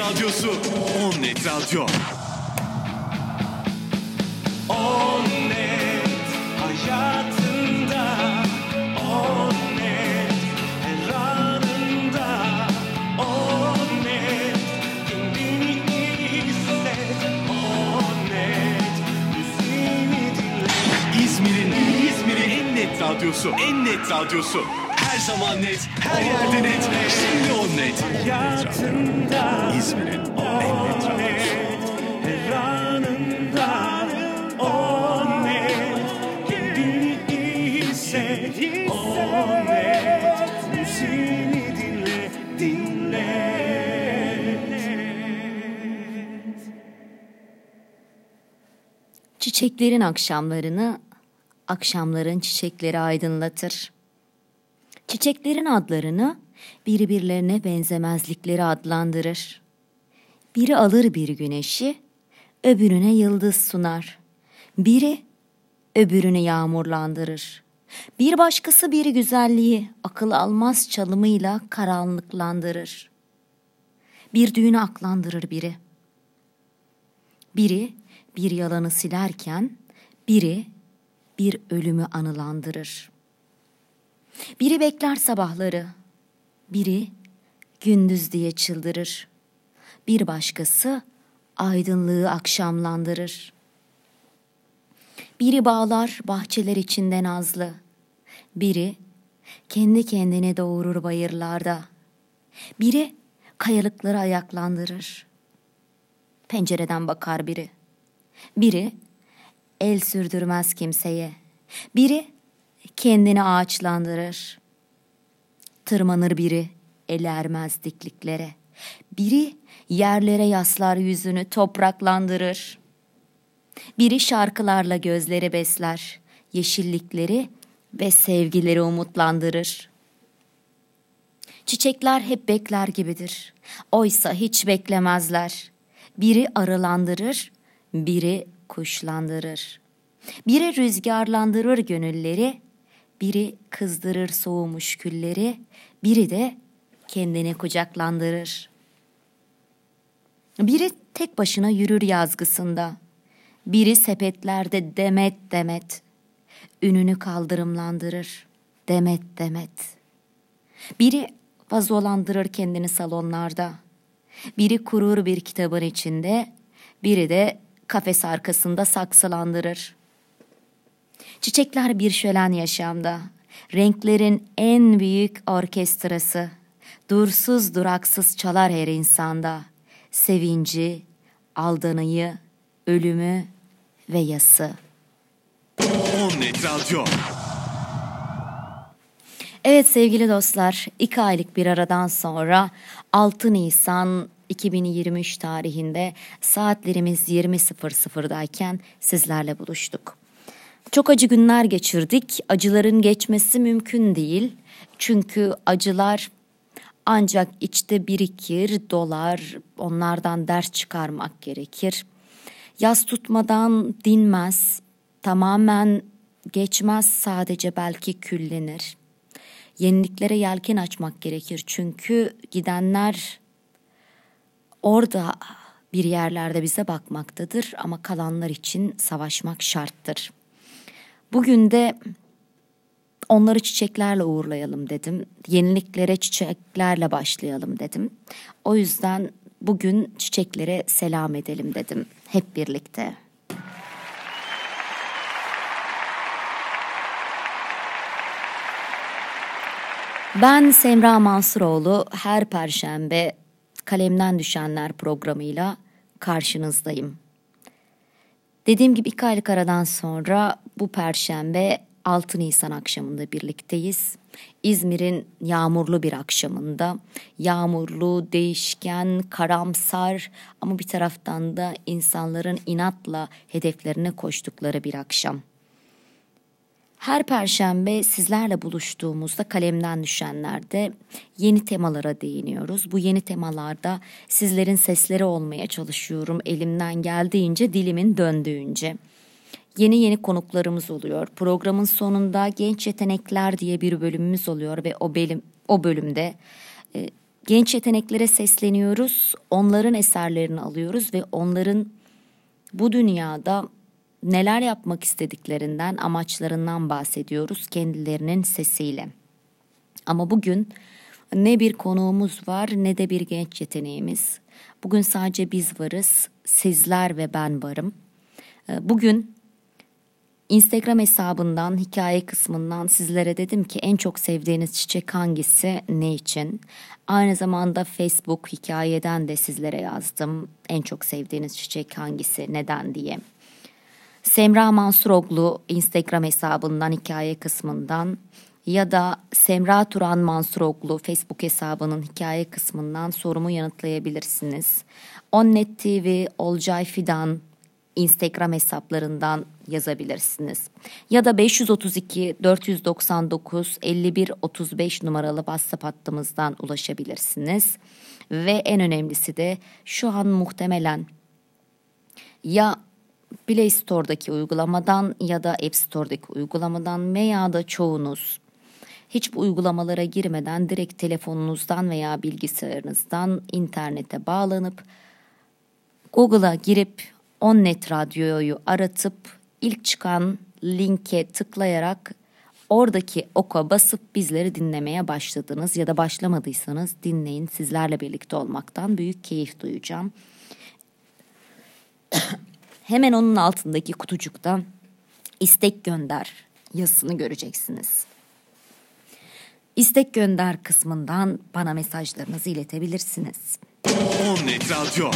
Radyosu On-Net Radyo. On-Net hayatında, On-Net her anında, On-Net kendini hisset, On-Net müziğini dinle. İzmir'in en net radyosu. En net radyosu. Her zaman net, her yerde net. Şimdi On-Net. Hayatında, İzmir'in en net radyosu. her anında, On-Net kendini hisset, On-Net müziğini dinle. Çiçeklerin akşamlarını, akşamların çiçekleri aydınlatır. Çiçeklerin adlarını birbirlerine benzemezlikleri adlandırır. Biri alır bir güneşi, öbürüne yıldız sunar. Biri öbürünü yağmurlandırır. Bir başkası bir güzelliği akıl almaz çalımıyla karanlıklandırır. Bir düğünü aklandırır biri. Biri bir yalanı silerken biri bir ölümü anılandırır. Biri bekler sabahları, biri gündüz diye çıldırır. Bir başkası aydınlığı akşamlandırır. Biri bağlar bahçeler içinde nazlı, biri kendi kendine doğurur bayırlarda. Biri kayalıkları ayaklandırır. Pencereden bakar biri. Biri el sürdürmez kimseye. Biri kendini ağaçlandırır. Tırmanır biri el ermez dikliklere. Biri yerlere yaslar yüzünü topraklandırır. Biri şarkılarla gözleri besler. Yeşillikleri ve sevgileri umutlandırır. Çiçekler hep bekler gibidir. Oysa hiç beklemezler. Biri arılandırır, biri kuşlandırır. Biri rüzgarlandırır gönülleri, biri kızdırır soğumuş külleri, biri de kendini kucaklandırır. Biri tek başına yürür yazgısında, biri sepetlerde demet demet, ününü kaldırımlandırır, demet demet. Biri vazolandırır kendini salonlarda, biri kurur bir kitabın içinde, biri de kafes arkasında saksılandırır. Çiçekler bir şölen yaşamda, renklerin en büyük orkestrası, dursuz duraksız çalar her insanda, sevinci, aldanıyı, ölümü ve yası. On-Net Radyo. Evet sevgili dostlar, 2 aylık bir aradan sonra 6 Nisan 2023 tarihinde saatlerimiz 20.00'dayken sizlerle buluştuk. Çok acı günler geçirdik. Acıların geçmesi mümkün değil. Çünkü acılar ancak içte birikir, dolar. Onlardan ders çıkarmak gerekir. Yas tutmadan dinmez. Tamamen geçmez, sadece belki küllenir. Yeniliklere yelken açmak gerekir. Çünkü gidenler orada bir yerlerde bize bakmaktadır ama kalanlar için savaşmak şarttır. Bugün de onları çiçeklerle uğurlayalım dedim. Yeniliklere çiçeklerle başlayalım dedim. O yüzden bugün çiçeklere selam edelim dedim hep birlikte. Ben Semra Mansuroğlu, her Perşembe Kalemden Düşenler programıyla karşınızdayım. Dediğim gibi 2 aylık aradan sonra bu Perşembe 6 Nisan akşamında birlikteyiz. İzmir'in yağmurlu bir akşamında, yağmurlu, değişken, karamsar ama bir taraftan da insanların inatla hedeflerine koştukları bir akşam. Her Perşembe sizlerle buluştuğumuzda Kalemden Düşenler'de yeni temalara değiniyoruz. Bu yeni temalarda sizlerin sesleri olmaya çalışıyorum elimden geldiğince, dilimin döndüğünce. Yeni konuklarımız oluyor. Programın sonunda Genç Yetenekler diye bir bölümümüz oluyor ve o bölümde genç yeteneklere sesleniyoruz, onların eserlerini alıyoruz ve onların bu dünyada neler yapmak istediklerinden, amaçlarından bahsediyoruz kendilerinin sesiyle. Ama bugün ne bir konuğumuz var ne de bir genç yeteneğimiz. Bugün sadece biz varız, sizler ve ben varım. Bugün Instagram hesabından, hikaye kısmından sizlere dedim ki en çok sevdiğiniz çiçek hangisi, ne için? Aynı zamanda Facebook hikayeden de sizlere yazdım. En çok sevdiğiniz çiçek hangisi, neden diye. Semra Mansuroğlu Instagram hesabından, hikaye kısmından ya da Semra Turan Mansuroğlu Facebook hesabının hikaye kısmından sorumu yanıtlayabilirsiniz. Onnet TV, Olcay Fidan Instagram hesaplarından yazabilirsiniz. Ya da 532 499 51 35 numaralı WhatsApp hattımızdan ulaşabilirsiniz. Ve en önemlisi de şu an muhtemelen ya Play Store'daki uygulamadan ya da App Store'daki uygulamadan veya da çoğunuz hiç bu uygulamalara girmeden direkt telefonunuzdan veya bilgisayarınızdan internete bağlanıp Google'a girip Onnet Radyo'yu aratıp ilk çıkan linke tıklayarak oradaki oka basıp bizleri dinlemeye başladınız ya da başlamadıysanız dinleyin. Sizlerle birlikte olmaktan büyük keyif duyacağım. Hemen onun altındaki kutucukta istek gönder yazısını göreceksiniz. İstek gönder kısmından bana mesajlarınızı iletebilirsiniz. Onnet Radyo.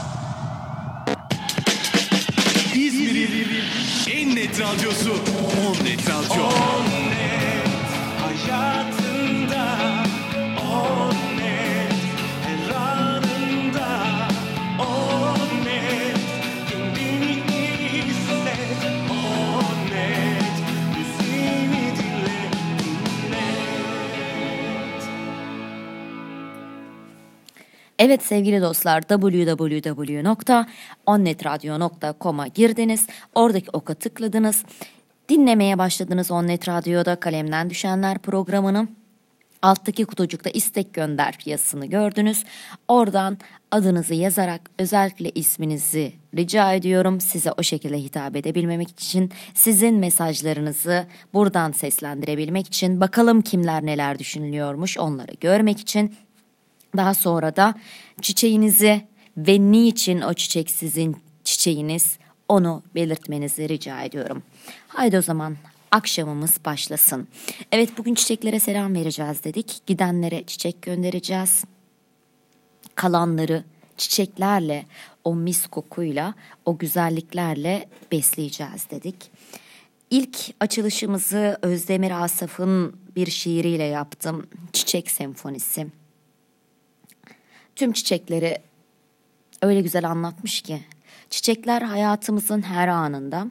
İzmir'in en net radyosu Onnet Radyo. Onnet hayatında, Onnet her anında, Onnet kendini hisset, Onnet müziğini dinle, Evet sevgili dostlar, www.onnetradio.com'a girdiniz. Oradaki oka tıkladınız. Dinlemeye başladınız Onnet Radyo'da Kalemden Düşenler programını. Alttaki kutucukta istek gönder yazısını gördünüz. Oradan adınızı yazarak özellikle isminizi rica ediyorum. Size o şekilde hitap edebilmemek için, sizin mesajlarınızı buradan seslendirebilmek için, bakalım kimler neler düşünülüyormuş onları görmek için. Daha sonra da çiçeğinizi ve niçin o çiçek sizin çiçeğiniz onu belirtmenizi rica ediyorum. Haydi o zaman akşamımız başlasın. Evet, bugün çiçeklere selam vereceğiz dedik. Gidenlere çiçek göndereceğiz. Kalanları çiçeklerle, o mis kokuyla, o güzelliklerle besleyeceğiz dedik. İlk açılışımızı Özdemir Asaf'ın bir şiiriyle yaptım. Çiçek Senfonisi. Tüm çiçekleri öyle güzel anlatmış ki, çiçekler hayatımızın her anında,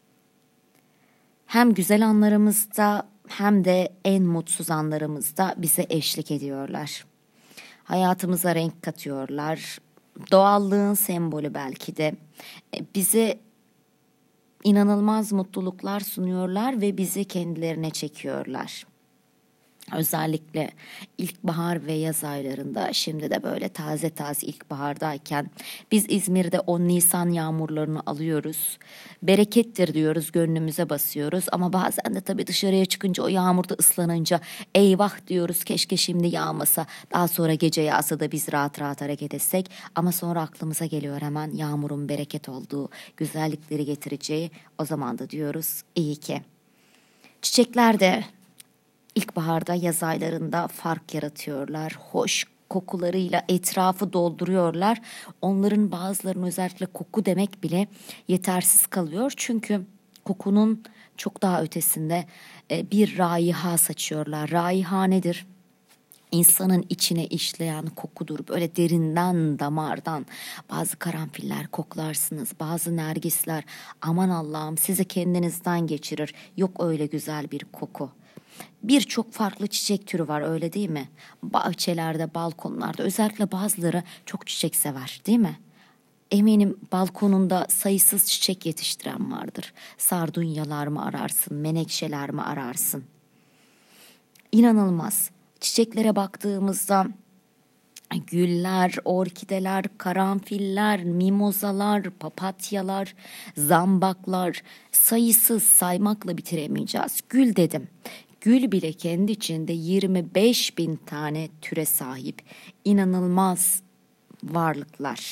hem güzel anlarımızda hem de en mutsuz anlarımızda bize eşlik ediyorlar. Hayatımıza renk katıyorlar. Doğallığın sembolü belki de. Bize inanılmaz mutluluklar sunuyorlar ve bizi kendilerine çekiyorlar. Özellikle ilkbahar ve yaz aylarında, şimdi de böyle taze taze ilkbahardayken biz İzmir'de o Nisan yağmurlarını alıyoruz. Berekettir diyoruz, gönlümüze basıyoruz ama bazen de tabii dışarıya çıkınca o yağmurda ıslanınca eyvah diyoruz, keşke şimdi yağmasa, daha sonra gece yağsa da biz rahat rahat hareket etsek, ama sonra aklımıza geliyor hemen yağmurun bereket olduğu, güzellikleri getireceği, o zaman da diyoruz iyi ki. Çiçekler de İlkbaharda, yaz aylarında fark yaratıyorlar. Hoş kokularıyla etrafı dolduruyorlar. Onların bazılarının özellikle koku demek bile yetersiz kalıyor. Çünkü kokunun çok daha ötesinde bir raiha saçıyorlar. Raiha nedir? İnsanın içine işleyen kokudur. Böyle derinden, damardan. Bazı karanfiller koklarsınız, bazı nergisler. Aman Allah'ım, sizi kendinizden geçirir. Yok öyle güzel bir koku. Birçok farklı çiçek türü var, öyle değil mi? Bahçelerde, balkonlarda, özellikle bazıları çok çiçek sever, değil mi? Eminim balkonunda sayısız çiçek yetiştiren vardır. Sardunyalar mı ararsın, menekşeler mi ararsın? İnanılmaz. Çiçeklere baktığımızda Güller, orkideler, karanfiller, mimozalar, papatyalar, zambaklar, sayısız, saymakla bitiremeyeceğiz. Gül dedim. Gül bile kendi içinde 25 bin tane türe sahip. İnanılmaz varlıklar.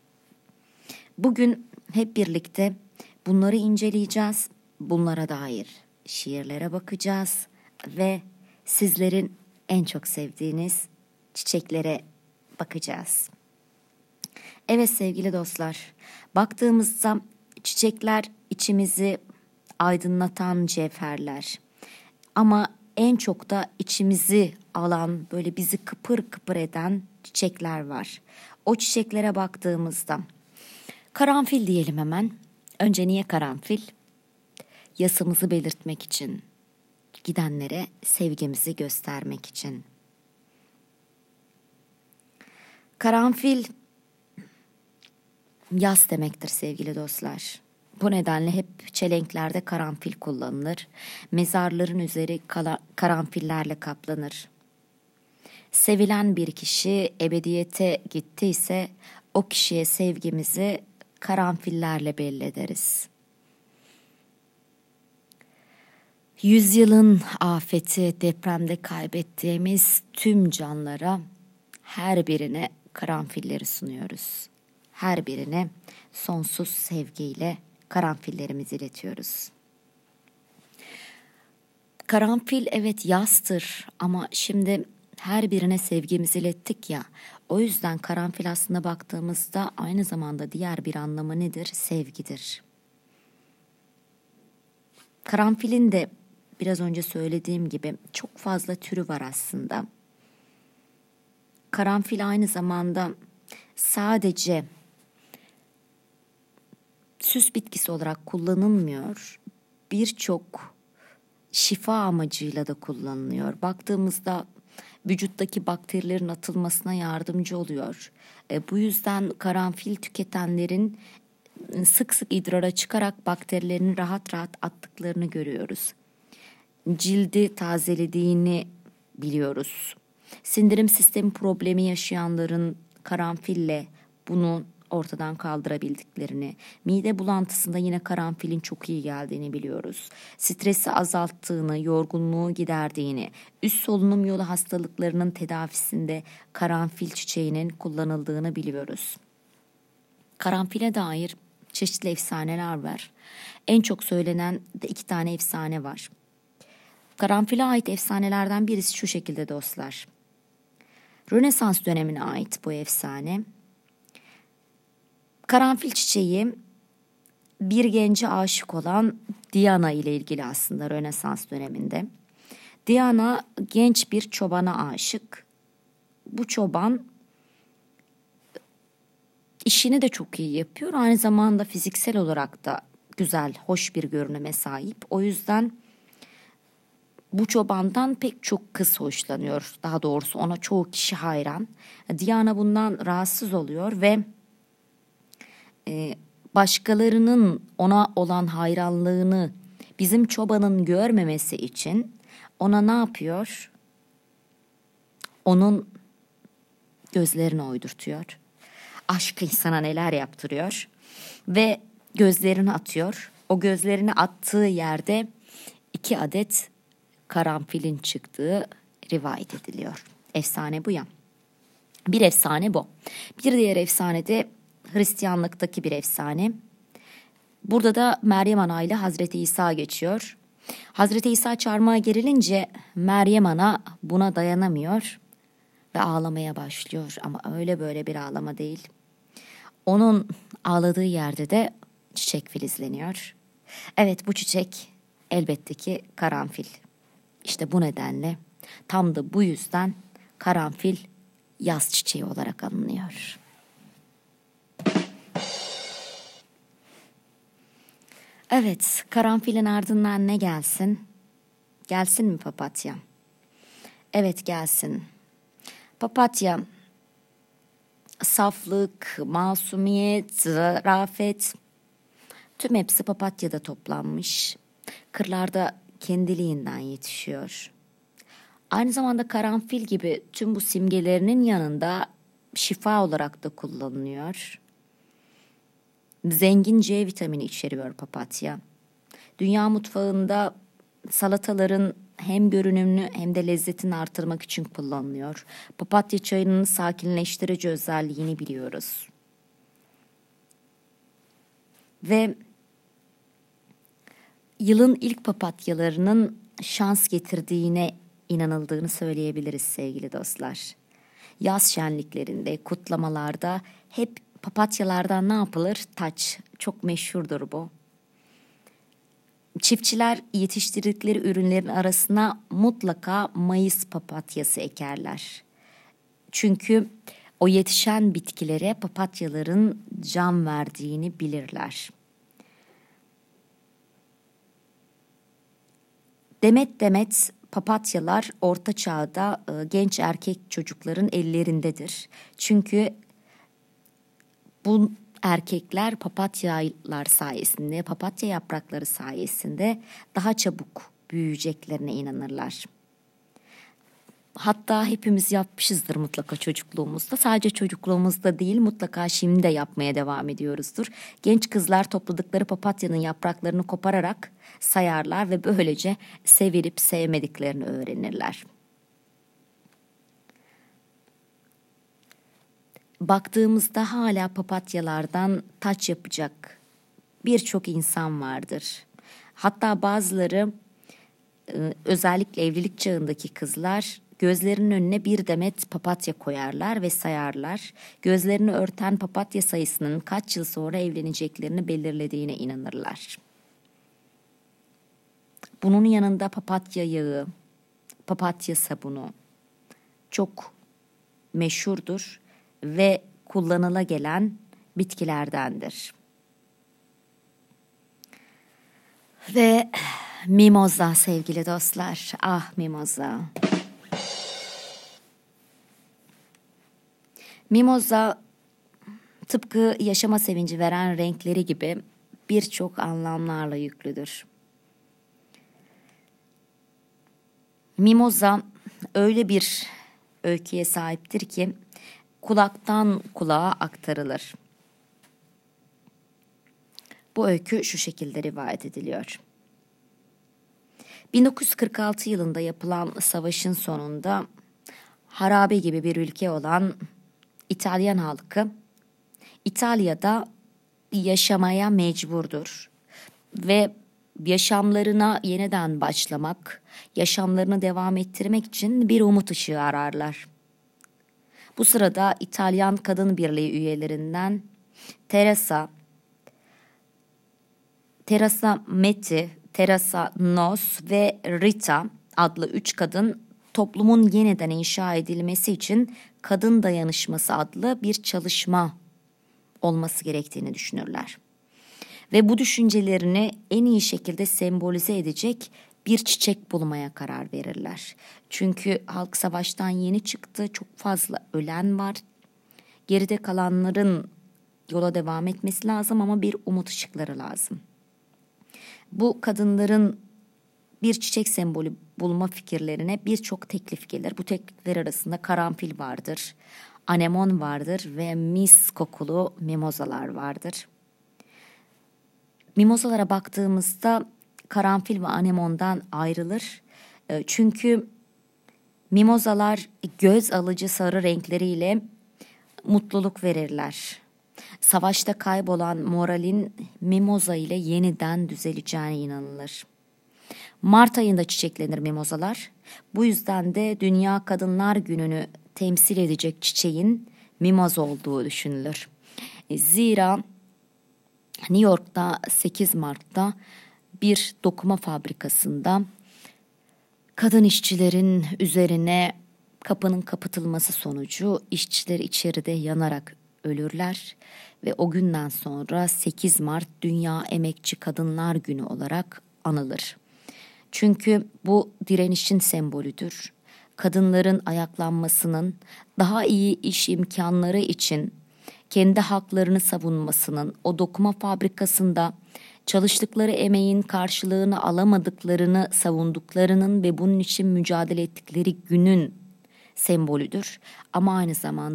Bugün hep birlikte bunları inceleyeceğiz. Bunlara dair şiirlere bakacağız ve sizlerin en çok sevdiğiniz çiçeklere bakacağız. Evet sevgili dostlar, baktığımızda çiçekler içimizi aydınlatan cevherler. Ama en çok da içimizi alan, böyle bizi kıpır kıpır eden çiçekler var. O çiçeklere baktığımızda karanfil diyelim hemen. Önce niye karanfil? Yasımızı belirtmek için, gidenlere sevgimizi göstermek için. Karanfil yaz demektir sevgili dostlar. Bu nedenle hep çelenklerde karanfil kullanılır. Mezarların üzeri karanfillerle kaplanır. Sevilen bir kişi ebediyete gittiyse o kişiye sevgimizi karanfillerle belli ederiz. Yüzyılın afeti, depremde kaybettiğimiz tüm canlara her birine karanfilleri sunuyoruz. Her birine sonsuz sevgiyle karanfillerimizi iletiyoruz. Karanfil evet yazdır ama şimdi her birine sevgimizi ilettik ya. O yüzden karanfil aslında baktığımızda aynı zamanda diğer bir anlamı nedir? Sevgidir. Karanfilin de biraz önce söylediğim gibi çok fazla türü var aslında. Karanfil aynı zamanda sadece süs bitkisi olarak kullanılmıyor. Birçok şifa amacıyla da kullanılıyor. Baktığımızda vücuttaki bakterilerin atılmasına yardımcı oluyor. Bu yüzden karanfil tüketenlerin sık sık idrara çıkarak bakterilerini rahat rahat attıklarını görüyoruz. Cildi tazelediğini biliyoruz. Sindirim sistemi problemi yaşayanların karanfille bunu ortadan kaldırabildiklerini, mide bulantısında yine karanfilin çok iyi geldiğini biliyoruz. Stresi azalttığını, yorgunluğu giderdiğini, üst solunum yolu hastalıklarının tedavisinde karanfil çiçeğinin kullanıldığını biliyoruz. Karanfile dair çeşitli efsaneler var. En çok söylenen de 2 tane efsane var. Karanfile ait efsanelerden birisi şu şekilde dostlar. Rönesans dönemine ait bu efsane. Karanfil çiçeği bir gence aşık olan Diana ile ilgili aslında Rönesans döneminde. Diana genç bir çobana aşık. Bu çoban işini de çok iyi yapıyor. Aynı zamanda fiziksel olarak da güzel, hoş bir görünüme sahip. O yüzden bu çobandan pek çok kız hoşlanıyor. Daha doğrusu ona çoğu kişi hayran. Diana bundan rahatsız oluyor ve başkalarının ona olan hayranlığını bizim çobanın görmemesi için ona ne yapıyor? Onun gözlerini oydurtuyor. Aşk insana neler yaptırıyor ve gözlerini atıyor. O gözlerini attığı yerde 2 adet karanfilin çıktığı rivayet ediliyor. Efsane bu ya. Bir efsane bu. Bir diğer efsane de Hristiyanlıktaki bir efsane. Burada da Meryem Ana ile Hazreti İsa geçiyor. Hazreti İsa çarmıha gerilince Meryem Ana buna dayanamıyor ve ağlamaya başlıyor. Ama öyle böyle bir ağlama değil. Onun ağladığı yerde de çiçek filizleniyor. Evet bu çiçek elbette ki karanfil. İşte bu nedenle tam da bu yüzden karanfil yaz çiçeği olarak anılıyor. Evet, karanfilin ardından ne gelsin? Gelsin mi papatya? Evet gelsin. Papatya, saflık, masumiyet, zarafet, tüm hepsi papatyada toplanmış. Kırlarda kendiliğinden yetişiyor. Aynı zamanda karanfil gibi tüm bu simgelerinin yanında şifa olarak da kullanılıyor. Zengin C vitamini içeriyor papatya. Dünya mutfağında salataların hem görünümünü hem de lezzetini artırmak için kullanılıyor. Papatya çayının sakinleştirici özelliğini biliyoruz. Ve yılın ilk papatyalarının şans getirdiğine inanıldığını söyleyebiliriz sevgili dostlar. Yaz şenliklerinde, kutlamalarda hep papatyalardan ne yapılır? Taç. Çok meşhurdur bu. Çiftçiler yetiştirdikleri ürünlerin arasına mutlaka Mayıs papatyası ekerler. Çünkü o yetişen bitkilere papatyaların can verdiğini bilirler. Demet demet papatyalar orta çağda genç erkek çocukların ellerindedir. Çünkü bu erkekler papatyalar sayesinde, papatya yaprakları sayesinde daha çabuk büyüyeceklerine inanırlar. Hatta hepimiz yapmışızdır mutlaka çocukluğumuzda. Sadece çocukluğumuzda değil, mutlaka şimdi de yapmaya devam ediyoruzdur. Genç kızlar topladıkları papatyanın yapraklarını kopararak sayarlar ve böylece sevilip sevmediklerini öğrenirler. Baktığımızda hala papatyalardan taç yapacak birçok insan vardır. Hatta bazıları, özellikle evlilik çağındaki kızlar, gözlerinin önüne bir demet papatya koyarlar ve sayarlar. Gözlerini örten papatya sayısının kaç yıl sonra evleneceklerini belirlediğine inanırlar. Bunun yanında papatya yağı, papatya sabunu çok meşhurdur ve kullanıla gelen bitkilerdendir. Ve mimoza sevgili dostlar. Ah mimoza. Mimoza tıpkı yaşama sevinci veren renkleri gibi birçok anlamlarla yüklüdür. Mimoza öyle bir öyküye sahiptir ki kulaktan kulağa aktarılır. Bu öykü şu şekilde rivayet ediliyor. 1946 yılında yapılan savaşın sonunda harabe gibi bir ülke olan İtalyan halkı İtalya'da yaşamaya mecburdur ve yaşamlarına yeniden başlamak, yaşamlarını devam ettirmek için bir umut ışığı ararlar. Bu sırada İtalyan Kadın Birliği üyelerinden Teresa Metti, Teresa Nos ve Rita adlı 3 kadın toplumun yeniden inşa edilmesi için Kadın Dayanışması adlı bir çalışma olması gerektiğini düşünürler. Ve bu düşüncelerini en iyi şekilde sembolize edecek bir çiçek bulmaya karar verirler. Çünkü halk savaştan yeni çıktı, çok fazla ölen var. Geride kalanların yola devam etmesi lazım ama bir umut ışıkları lazım. Bu kadınların bir çiçek sembolü bulma fikirlerine birçok teklif gelir. Bu teklifler arasında karanfil vardır, anemon vardır ve mis kokulu mimozalar vardır. Mimozalara baktığımızda karanfil ve anemondan ayrılır. Çünkü mimozalar göz alıcı sarı renkleriyle mutluluk verirler. Savaşta kaybolan moralin mimoza ile yeniden düzeleceğine inanılır. Mart ayında çiçeklenir mimozalar. Bu yüzden de Dünya Kadınlar Günü'nü temsil edecek çiçeğin mimoza olduğu düşünülür. Zira New York'ta 8 Mart'ta bir dokuma fabrikasında kadın işçilerin üzerine kapının kapatılması sonucu işçiler içeride yanarak ölürler ve o günden sonra 8 Mart Dünya Emekçi Kadınlar Günü olarak anılır. Çünkü bu direnişin sembolüdür. Kadınların ayaklanmasının, daha iyi iş imkanları için kendi haklarını savunmasının, o dokuma fabrikasında çalıştıkları emeğin karşılığını alamadıklarını savunduklarının ve bunun için mücadele ettikleri günün sembolüdür. Ama aynı zamanda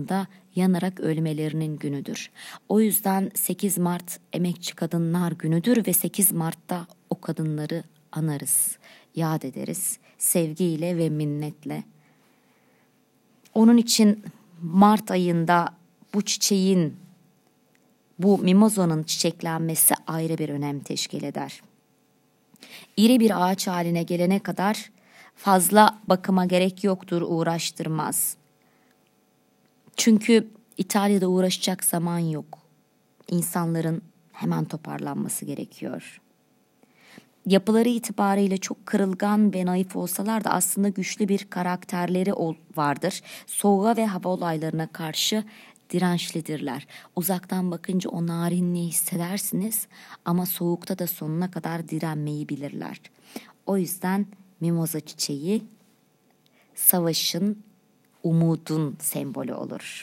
yanarak ölmelerinin günüdür. O yüzden 8 Mart Emekçi Kadınlar Günü'dür ve 8 Mart'ta o kadınları anarız, yad ederiz sevgiyle ve minnetle. Onun için Mart ayında bu çiçeğin, bu mimozanın çiçeklenmesi ayrı bir önem teşkil eder. İri bir ağaç haline gelene kadar fazla bakıma gerek yoktur, uğraştırmaz. Çünkü İtalya'da uğraşacak zaman yok. İnsanların hemen toparlanması gerekiyor. Yapıları itibariyle çok kırılgan ve naif olsalar da aslında güçlü bir karakterleri vardır. Soğuğa ve hava olaylarına karşı dirençlidirler. Uzaktan bakınca o narinliği hissedersiniz ama soğukta da sonuna kadar direnmeyi bilirler. O yüzden mimoza çiçeği savaşın, umudun sembolü olur.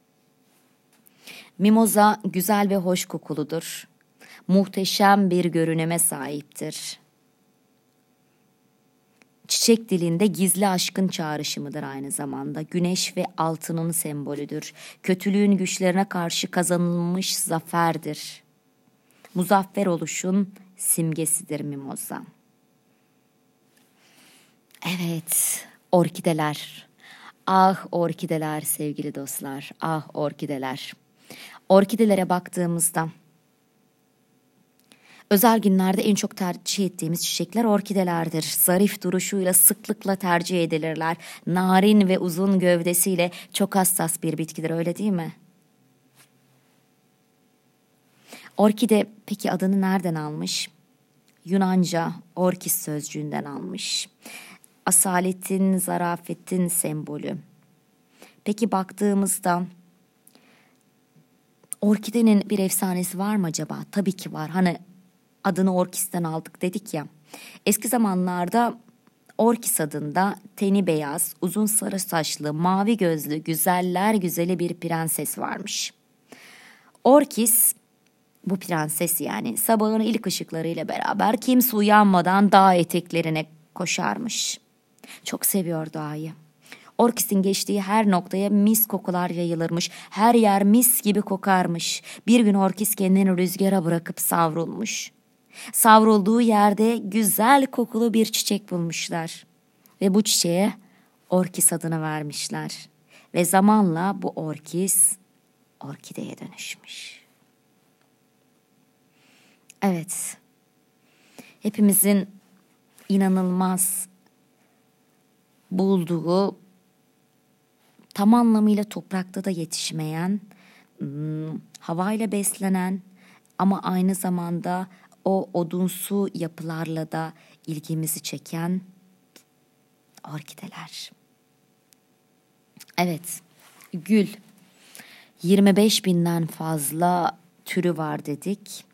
Mimoza güzel ve hoş kokuludur. Muhteşem bir görünüme sahiptir. Çiçek dilinde gizli aşkın çağrışımıdır aynı zamanda. Güneş ve altının sembolüdür. Kötülüğün güçlerine karşı kazanılmış zaferdir. Muzaffer oluşun simgesidir mimoza. Evet, orkideler. Ah orkideler sevgili dostlar, ah orkideler. Orkidelere baktığımızda özel günlerde en çok tercih ettiğimiz çiçekler orkidelerdir. Zarif duruşuyla sıklıkla tercih edilirler. Narin ve uzun gövdesiyle çok hassas bir bitkidir, öyle değil mi? Orkide peki adını nereden almış? Yunanca orkis sözcüğünden almış. Asaletin, zarafetin sembolü. Peki baktığımızda orkidenin bir efsanesi var mı acaba? Tabii ki var. Hani adını orkisten aldık dedik ya. Eski zamanlarda Orkis adında teni beyaz, uzun sarı saçlı, mavi gözlü, güzeller güzeli bir prenses varmış. Orkis, bu prenses yani, sabahın ilk ışıklarıyla beraber kimse uyanmadan dağ eteklerine koşarmış. Çok seviyor doğayı. Orkis'in geçtiği her noktaya mis kokular yayılırmış. Her yer mis gibi kokarmış. Bir gün Orkis kendini rüzgara bırakıp savrulmuş. Savrulduğu yerde güzel kokulu bir çiçek bulmuşlar. Ve bu çiçeğe Orkis adını vermişler. Ve zamanla bu Orkis orkideye dönüşmüş. Evet, hepimizin inanılmaz bulduğu, tam anlamıyla toprakta da yetişmeyen, havayla beslenen ama aynı zamanda o odunsu yapılarla da ilgimizi çeken orkideler. Evet, gül. 25 binden fazla türü var dedik.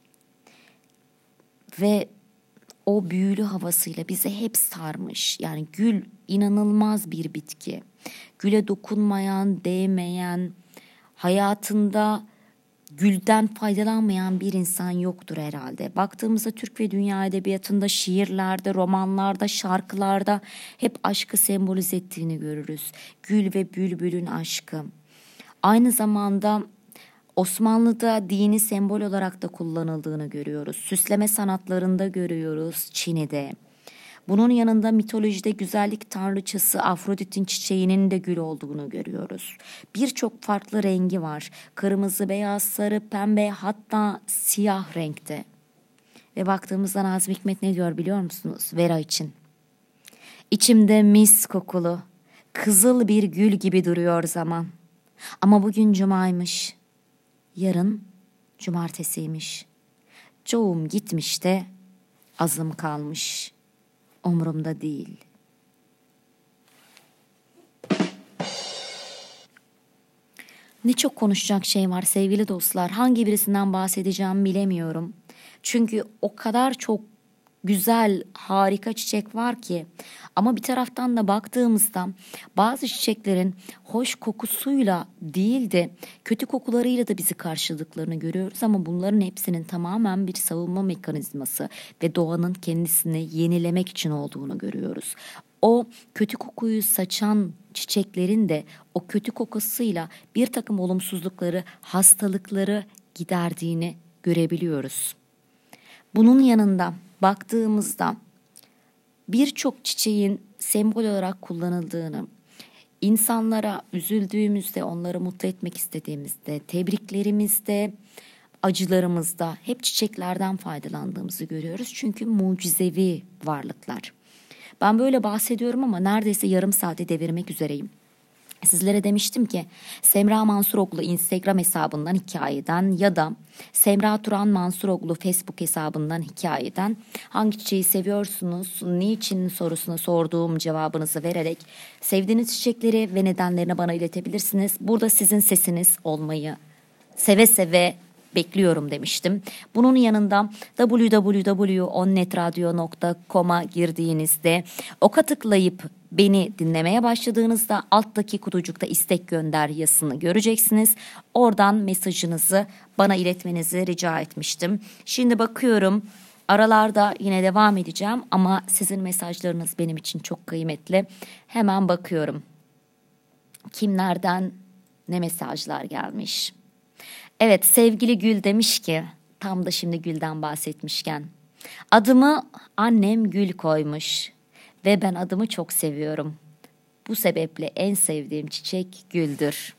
Ve o büyülü havasıyla bize hep sarmış. Yani gül inanılmaz bir bitki. Güle dokunmayan, değmeyen, hayatında gülden faydalanmayan bir insan yoktur herhalde. Baktığımızda Türk ve dünya edebiyatında, şiirlerde, romanlarda, şarkılarda hep aşkı sembolize ettiğini görürüz. Gül ve bülbülün aşkı. Aynı zamanda Osmanlı'da dini sembol olarak da kullanıldığını görüyoruz. Süsleme sanatlarında görüyoruz, Çin'de. Bunun yanında mitolojide güzellik tanrıçası Afrodit'in çiçeğinin de gül olduğunu görüyoruz. Birçok farklı rengi var. Kırmızı, beyaz, sarı, pembe, hatta siyah renkte. Ve baktığımızda Nazım Hikmet ne diyor biliyor musunuz? Vera için. İçimde mis kokulu, kızıl bir gül gibi duruyor zaman. Ama bugün cumaymış, yarın cumartesiymiş. Çoğum gitmiş de azım kalmış. Umurumda değil. Ne çok konuşacak şey var sevgili dostlar. Hangi birisinden bahsedeceğimi bilemiyorum. Çünkü o kadar çok güzel, harika çiçek var ki. Ama bir taraftan da baktığımızda bazı çiçeklerin hoş kokusuyla değil de kötü kokularıyla da bizi karşıladıklarını görüyoruz. Ama bunların hepsinin tamamen bir savunma mekanizması ve doğanın kendisini yenilemek için olduğunu görüyoruz. O kötü kokuyu saçan çiçeklerin de o kötü kokusuyla bir takım olumsuzlukları, hastalıkları giderdiğini görebiliyoruz. Bunun yanında baktığımızda birçok çiçeğin sembol olarak kullanıldığını, insanlara üzüldüğümüzde, onları mutlu etmek istediğimizde, tebriklerimizde, acılarımızda hep çiçeklerden faydalandığımızı görüyoruz. Çünkü mucizevi varlıklar. Ben böyle bahsediyorum ama neredeyse yarım saate devirmek üzereyim. Sizlere demiştim ki Semra Mansuroğlu Instagram hesabından hikayeden ya da Semra Turan Mansuroğlu Facebook hesabından hikayeden hangi çiçeği seviyorsunuz, niçin sorusuna sorduğum cevabınızı vererek sevdiğiniz çiçekleri ve nedenlerini bana iletebilirsiniz. Burada sizin sesiniz olmayı seve seve bekliyorum demiştim. Bunun yanında www.onnetradio.com'a girdiğinizde oka tıklayıp beni dinlemeye başladığınızda alttaki kutucukta istek gönder yazısını göreceksiniz. Oradan mesajınızı bana iletmenizi rica etmiştim. Şimdi bakıyorum aralarda yine devam edeceğim ama sizin mesajlarınız benim için çok kıymetli. Hemen bakıyorum. Kimlerden ne mesajlar gelmiş? Evet, sevgili Gül demiş ki, tam da şimdi Gül'den bahsetmişken, adımı annem Gül koymuş ve ben adımı çok seviyorum. Bu sebeple en sevdiğim çiçek güldür.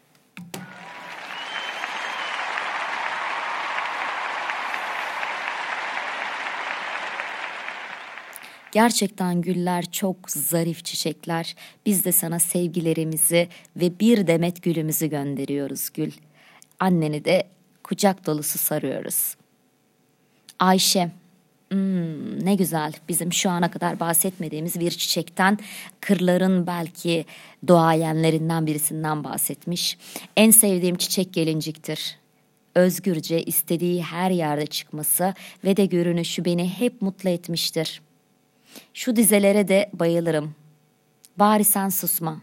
Gerçekten güller çok zarif çiçekler. Biz de sana sevgilerimizi ve bir demet gülümüzü gönderiyoruz Gül. Anneni de kucak dolusu sarıyoruz. Ayşe, ne güzel, bizim şu ana kadar bahsetmediğimiz bir çiçekten, kırların belki doğayenlerinden birisinden bahsetmiş. En sevdiğim çiçek gelinciktir. Özgürce istediği her yerde çıkması ve de görünüşü beni hep mutlu etmiştir. Şu dizelere de bayılırım. Bari sen susma,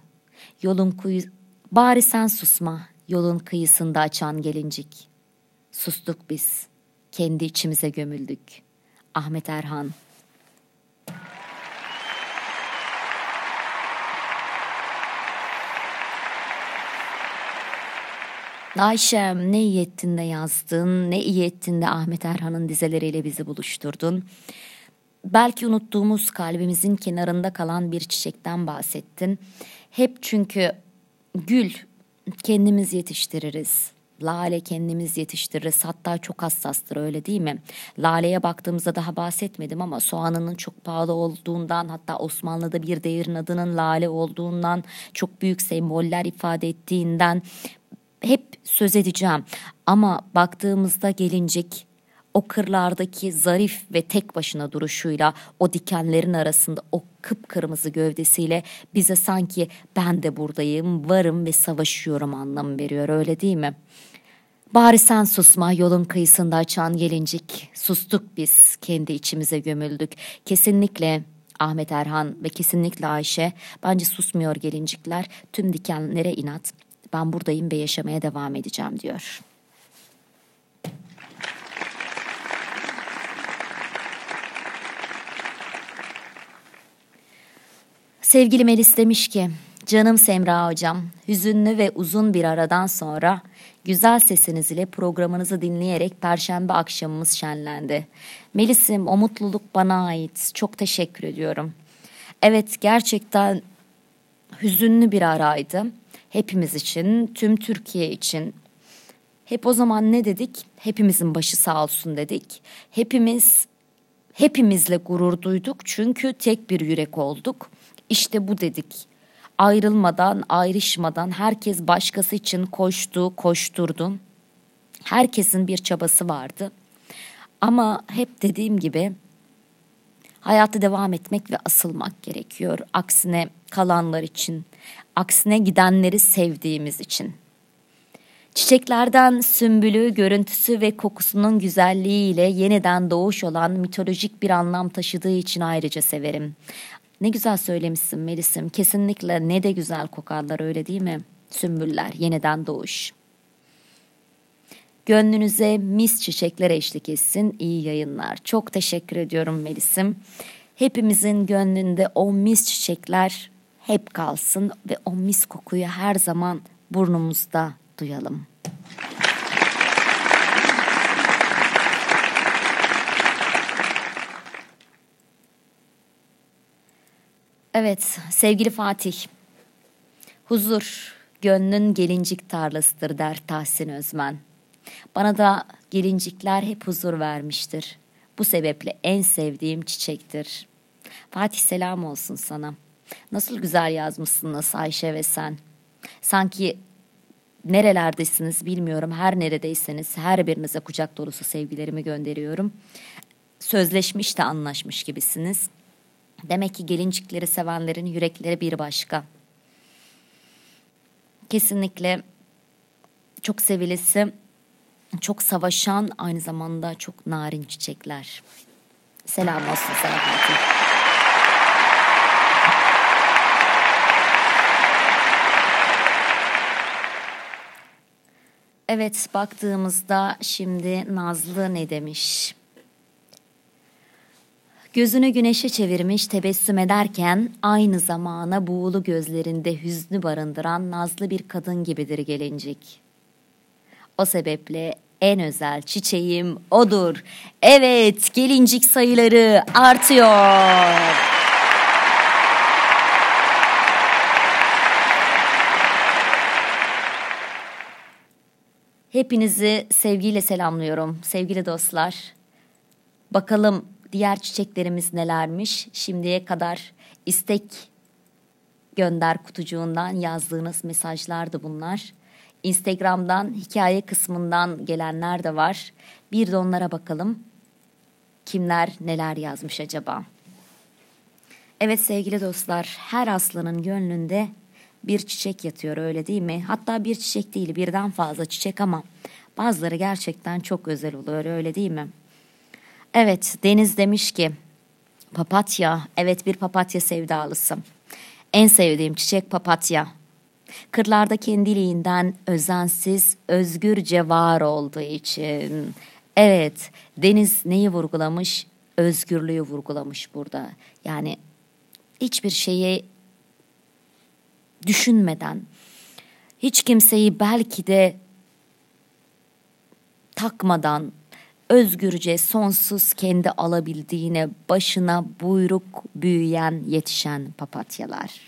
yolun kıyısında açan gelincik. Sustuk biz, kendi içimize gömüldük. Ahmet Erhan. Ayşem, ne iyi ettin de yazdın, ne iyi ettin de Ahmet Erhan'ın dizeleriyle bizi buluşturdun. Belki unuttuğumuz kalbimizin kenarında kalan bir çiçekten bahsettin. Hep çünkü gül kendimiz yetiştiririz. Lale kendimiz yetiştiririz. Hatta çok hassastır, öyle değil mi? Laleye baktığımızda daha bahsetmedim ama soğanının çok pahalı olduğundan, hatta Osmanlı'da bir değerin adının lale olduğundan, çok büyük semboller ifade ettiğinden hep söz edeceğim. Ama baktığımızda gelincik o kırlardaki zarif ve tek başına duruşuyla, o dikenlerin arasında o kıpkırmızı gövdesiyle bize sanki ben de buradayım, varım ve savaşıyorum anlamı veriyor, öyle değil mi? Bari sen susma, yolun kıyısında açan gelincik. Sustuk biz, kendi içimize gömüldük. Kesinlikle Ahmet Erhan ve kesinlikle Ayşe, bence susmuyor gelincikler. Tüm dikenlere inat. Ben buradayım ve yaşamaya devam edeceğim diyor. Sevgili Melis demiş ki, canım Semra hocam, hüzünlü ve uzun bir aradan sonra güzel sesiniz ile programınızı dinleyerek Perşembe akşamımız şenlendi. Melis'im, o mutluluk bana ait. Çok teşekkür ediyorum. Evet, gerçekten hüzünlü bir araydı. Hepimiz için, tüm Türkiye için. Hep o zaman ne dedik? Hepimizin başı sağ olsun dedik. Hepimizle gurur duyduk çünkü tek bir yürek olduk. İşte bu dedik. Ayrılmadan, ayrışmadan herkes başkası için koştu, koşturdu. Herkesin bir çabası vardı. Ama hep dediğim gibi hayata devam etmek ve asılmak gerekiyor. Aksine kalanlar için, aksine gidenleri sevdiğimiz için. Çiçeklerden sümbülü, görüntüsü ve kokusunun güzelliğiyle yeniden doğuş olan mitolojik bir anlam taşıdığı için ayrıca severim. Ne güzel söylemişsin Melis'im. Kesinlikle ne de güzel kokarlar, öyle değil mi? Sümbüller, yeniden doğuş. Gönlünüze mis çiçekler eşlik etsin. İyi yayınlar. Çok teşekkür ediyorum Melis'im. Hepimizin gönlünde o mis çiçekler hep kalsın ve o mis kokuyu her zaman burnumuzda duyalım. Evet sevgili Fatih, huzur gönlün gelincik tarlasıdır der Tahsin Özmen. Bana da gelincikler hep huzur vermiştir. Bu sebeple en sevdiğim çiçektir. Fatih selam olsun sana. Nasıl güzel yazmışsınız Ayşe ve sen. Sanki nerelerdesiniz bilmiyorum. Her neredeyseniz her birinize kucak dolusu sevgilerimi gönderiyorum. Sözleşmiş de anlaşmış gibisiniz. Demek ki gelincikleri sevenlerin yürekleri bir başka. Kesinlikle çok sevilisi, çok savaşan, aynı zamanda çok narin çiçekler. Selam olsun sana Fatih. Evet baktığımızda şimdi Nazlı ne demiş? Gözünü güneşe çevirmiş tebessüm ederken aynı zamana buğulu gözlerinde hüznü barındıran nazlı bir kadın gibidir gelincik. O sebeple en özel çiçeğim odur. Evet, gelincik sayıları artıyor. Hepinizi sevgiyle selamlıyorum sevgili dostlar. Bakalım diğer çiçeklerimiz nelermiş? Şimdiye kadar istek gönder kutucuğundan yazdığınız mesajlardı bunlar. Instagram'dan hikaye kısmından gelenler de var. Bir de onlara bakalım. Kimler neler yazmış acaba? Evet sevgili dostlar, her aslanın gönlünde bir çiçek yatıyor öyle değil mi? Hatta bir çiçek değil, birden fazla çiçek ama bazıları gerçekten çok özel oluyor öyle değil mi? Evet, Deniz demiş ki papatya, evet bir papatya sevdalısı. En sevdiğim çiçek papatya. Kırlarda kendiliğinden özensiz, özgürce var olduğu için. Evet, Deniz neyi vurgulamış? Özgürlüğü vurgulamış burada. Yani hiçbir şeyi düşünmeden, hiç kimseyi belki de takmadan, özgürce sonsuz kendi alabildiğine başına buyruk büyüyen yetişen papatyalar.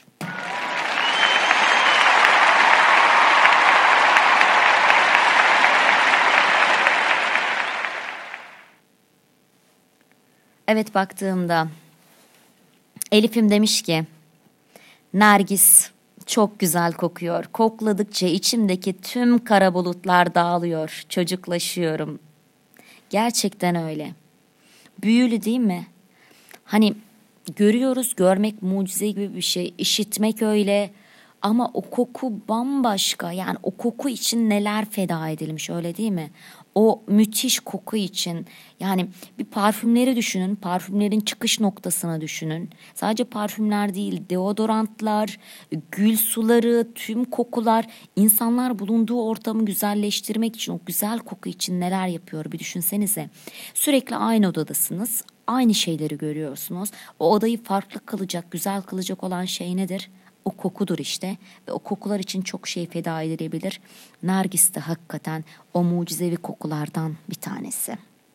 Evet baktığımda Elif'im demiş ki Nergis çok güzel kokuyor. Kokladıkça içimdeki tüm kara bulutlar dağılıyor. Çocuklaşıyorum. Gerçekten öyle. Büyülü değil mi? Hani görüyoruz, görmek mucize gibi bir şey. İşitmek öyle. Ama o koku bambaşka. Yani o koku için neler feda edilmiş öyle değil mi? O müthiş koku için yani bir parfümleri düşünün, parfümlerin çıkış noktasını düşünün. Sadece parfümler değil, deodorantlar, gül suları, tüm kokular, insanlar bulunduğu ortamı güzelleştirmek için, o güzel koku için neler yapıyor bir düşünsenize. Sürekli aynı odadasınız, aynı şeyleri görüyorsunuz. O odayı farklı kılacak, güzel kılacak olan şey nedir? O kokudur işte ve o kokular için çok şey feda edilebilir. Nergis de hakikaten o mucizevi kokulardan bir tanesi.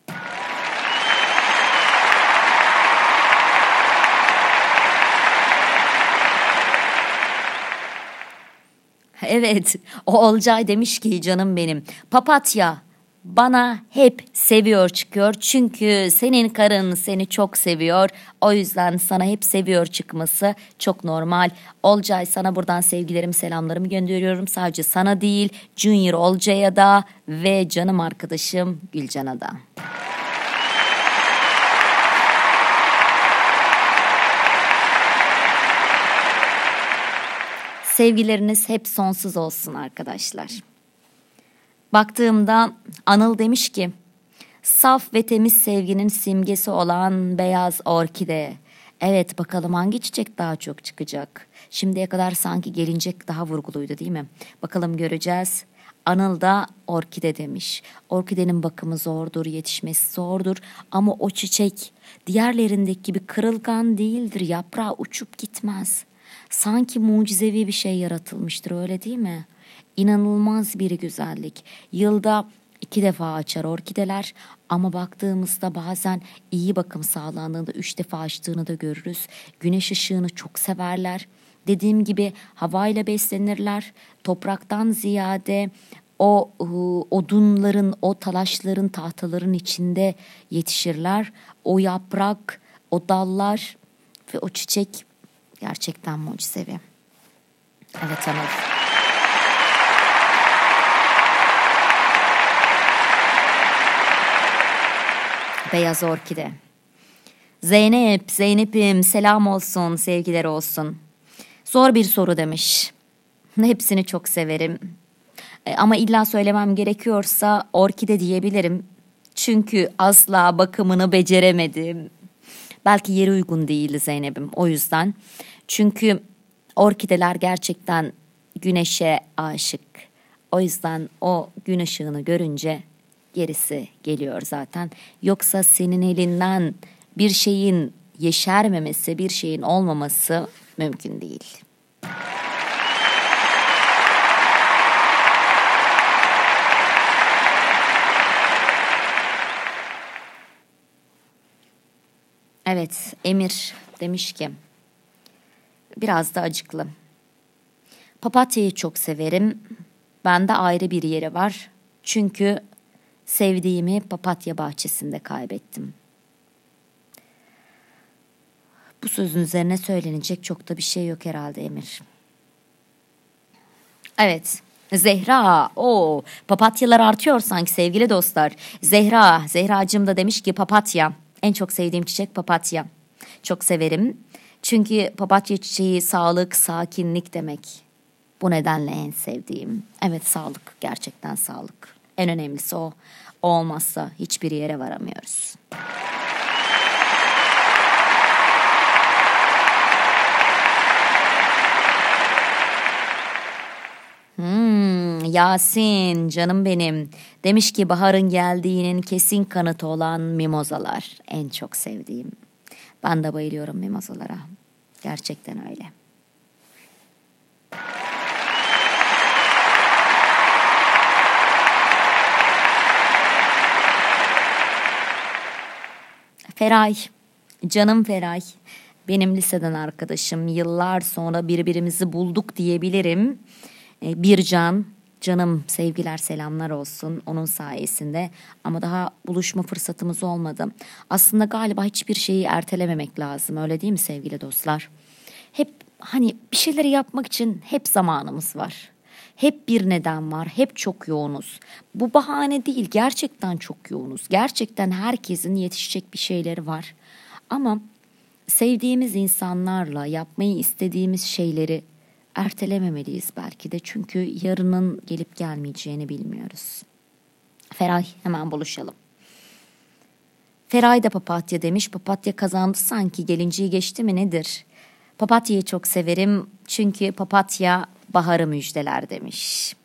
Evet, o Olcay demiş ki canım benim, papatya bana hep seviyor çıkıyor çünkü senin karın seni çok seviyor. O yüzden sana hep seviyor çıkması çok normal. Olcay sana buradan sevgilerimi selamlarımı gönderiyorum. Sadece sana değil Junior Olcay'a da ve canım arkadaşım Gülcan'a da. Sevgileriniz hep sonsuz olsun arkadaşlar. Baktığımda Anıl demiş ki saf ve temiz sevginin simgesi olan beyaz orkide. Evet bakalım hangi çiçek daha çok çıkacak. Şimdiye kadar sanki gelincik daha vurguluydu değil mi? Bakalım göreceğiz. Anıl da orkide demiş. Orkidenin bakımı zordur, yetişmesi zordur. Ama o çiçek diğerlerindeki gibi kırılgan değildir. Yaprağı uçup gitmez. Sanki mucizevi bir şey yaratılmıştır, öyle değil mi? İnanılmaz bir güzellik. Yılda 2 defa açar orkideler ama baktığımızda bazen iyi bakım sağlandığında 3 defa açtığını da görürüz. Güneş ışığını çok severler. Dediğim gibi havayla beslenirler. Topraktan ziyade o odunların, o talaşların, tahtaların içinde yetişirler. O yaprak, o dallar ve o çiçek gerçekten mucizevi. Evet Anıl. Beyaz orkide. Zeynep'im selam olsun, sevgiler olsun. Zor bir soru demiş. Hepsini çok severim. Ama illa söylemem gerekiyorsa orkide diyebilirim. Çünkü asla bakımını beceremedim. Belki yeri uygun değil Zeynep'im, o yüzden. Çünkü orkideler gerçekten güneşe aşık. O yüzden o gün ışığını görünce gerisi geliyor zaten. Yoksa senin elinden bir şeyin yeşermemesi, bir şeyin olmaması mümkün değil. Evet, Emir demiş ki, biraz da acıklı. Papatyayı çok severim. Bende ayrı bir yeri var. Çünkü sevdiğimi papatya bahçesinde kaybettim. Bu sözün üzerine söylenecek çok da bir şey yok herhalde Emir. Evet, Zehra. Papatyalar artıyor sanki sevgili dostlar. Zehracığım da demiş ki papatya. En çok sevdiğim çiçek papatya. Çok severim. Çünkü papatya çiçeği sağlık, sakinlik demek. Bu nedenle en sevdiğim. Evet, sağlık, gerçekten sağlık. En önemlisi o. O olmazsa hiçbir yere varamıyoruz. Yasin canım benim. Demiş ki baharın geldiğinin kesin kanıtı olan mimozalar. En çok sevdiğim. Ben de bayılıyorum mimozalara. Gerçekten öyle. Feray, canım Feray. Benim liseden arkadaşım. Yıllar sonra birbirimizi bulduk diyebilirim. Canım sevgiler selamlar olsun onun sayesinde. Ama daha buluşma fırsatımız olmadı. Aslında galiba hiçbir şeyi ertelememek lazım. Öyle değil mi sevgili dostlar? Hep hani bir şeyleri yapmak için hep zamanımız var. Hep bir neden var. Hep çok yoğunuz. Bu bahane değil. Gerçekten çok yoğunuz. Gerçekten herkesin yetişecek bir şeyleri var. Ama sevdiğimiz insanlarla yapmayı istediğimiz şeyleri ertelememeliyiz belki de. Çünkü yarının gelip gelmeyeceğini bilmiyoruz. Feray, hemen buluşalım. Feray da papatya demiş. Papatya kazandı sanki. Gelinciği geçti mi nedir? Papatyayı çok severim. Çünkü papatya baharı müjdeler demiş.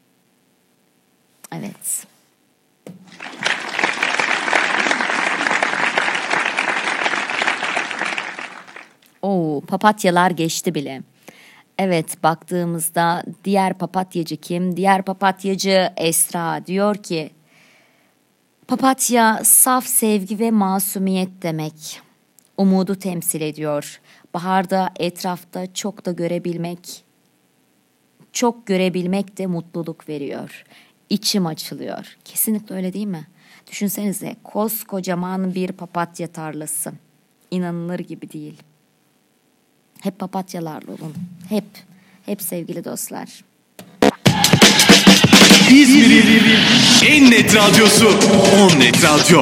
Evet. Papatyalar geçti bile. Evet, baktığımızda diğer papatyacı kim? Diğer papatyacı Esra diyor ki papatya saf sevgi ve masumiyet demek. Umudu temsil ediyor. Baharda etrafta çok görebilmek de mutluluk veriyor. İçim açılıyor. Kesinlikle öyle değil mi? Düşünsenize koskocaman bir papatya tarlası. İnanılır gibi değil. Hep papatyalarla olun. Hep sevgili dostlar. İzmir'in en net radyosu On Net Radyo.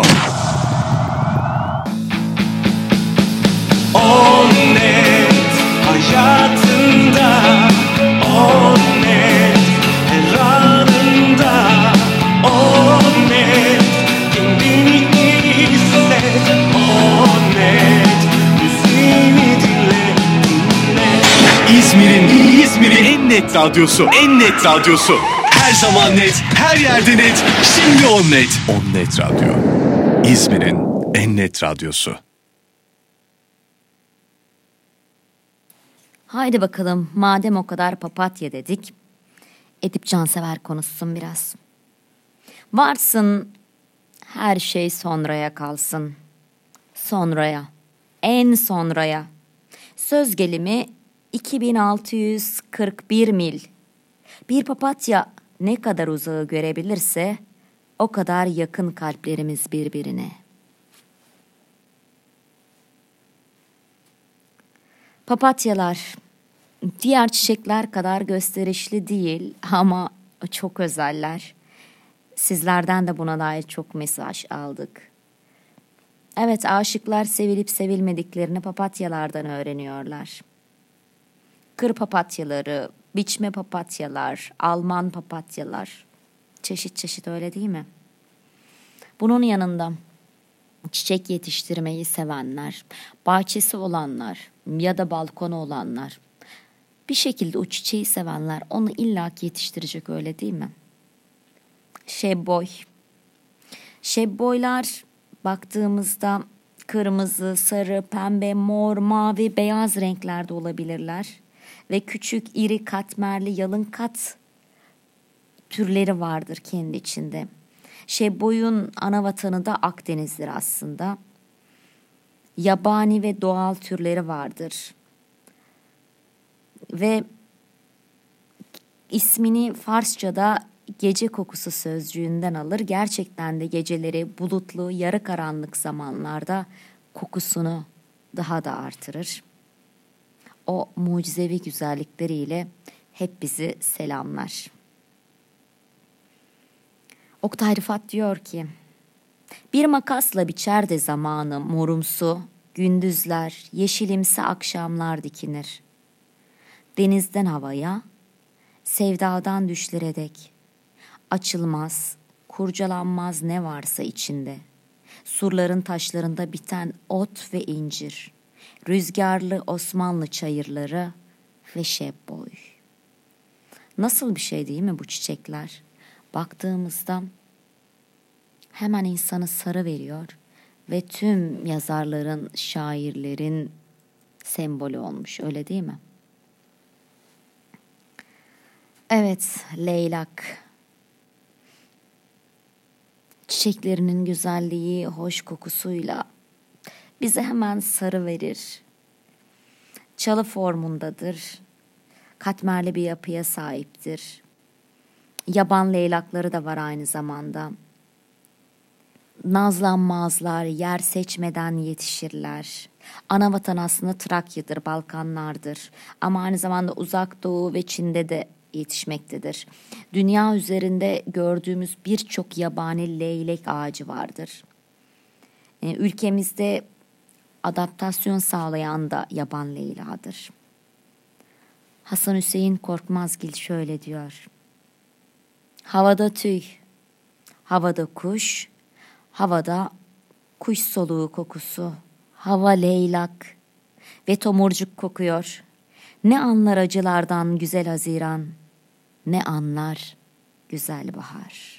On Net hayatında, On Net her anında, On Net kendini hisset, On Net müziğini dinle. İzmir'in en net radyosu. En net radyosu. Her zaman net, her yerde net. Şimdi On Net. On Net Radyo. İzmir'in en net radyosu. Haydi bakalım, madem o kadar papatya dedik, Edip Cansever konuşsun biraz. Varsın, her şey sonraya kalsın. Sonraya, en sonraya. Söz gelimi 2641 mil. Bir papatya ne kadar uzağı görebilirse o kadar yakın kalplerimiz birbirine. Papatyalar diğer çiçekler kadar gösterişli değil ama çok özeller. Sizlerden de buna dair çok mesaj aldık. Evet, aşıklar sevilip sevilmediklerini papatyalardan öğreniyorlar. Kır papatyaları, biçme papatyalar, Alman papatyalar. Çeşit çeşit, öyle değil mi? Bunun yanında çiçek yetiştirmeyi sevenler, bahçesi olanlar ya da balkonu olanlar, bir şekilde o çiçeği sevenler onu illaki yetiştirecek, öyle değil mi? Şebboy. Şebboylar baktığımızda kırmızı, sarı, pembe, mor, mavi, beyaz renklerde olabilirler. Ve küçük, iri, katmerli, yalın kat türleri vardır kendi içinde. Şebboyun ana vatanı da Akdeniz'dir aslında. Yabani ve doğal türleri vardır. Ve ismini Farsça'da gece kokusu sözcüğünden alır. Gerçekten de geceleri bulutlu, yarı karanlık zamanlarda kokusunu daha da artırır. O mucizevi güzellikleriyle hep bizi selamlar. Oktay Rıfat diyor ki, bir makasla biçer de zamanı morumsu, gündüzler, yeşilimsi akşamlar dikinir. Denizden havaya, sevdadan düşlere dek, açılmaz, kurcalanmaz ne varsa içinde. Surların taşlarında biten ot ve incir, rüzgarlı Osmanlı çayırları ve şebboy. Nasıl bir şey değil mi bu çiçekler? Baktığımızda hemen insanı sarı veriyor ve tüm yazarların, şairlerin sembolü olmuş, öyle değil mi? Evet, leylak. Çiçeklerinin güzelliği, hoş kokusuyla bize hemen sarı verir. Çalı formundadır. Katmerli bir yapıya sahiptir. Yaban leylakları da var aynı zamanda. Nazlanmazlar, yer seçmeden yetişirler. Ana vatan aslında Trakya'dır, Balkanlardır. Ama aynı zamanda Uzak Doğu ve Çin'de de yetişmektedir. Dünya üzerinde gördüğümüz birçok yabani leylek ağacı vardır. Ülkemizde adaptasyon sağlayan da yaban leylağıdır. Hasan Hüseyin Korkmazgil şöyle diyor. Havada tüy, havada kuş, havada kuş soluğu kokusu, hava leylak ve tomurcuk kokuyor. Ne anlar acılardan güzel Haziran, ne anlar güzel bahar.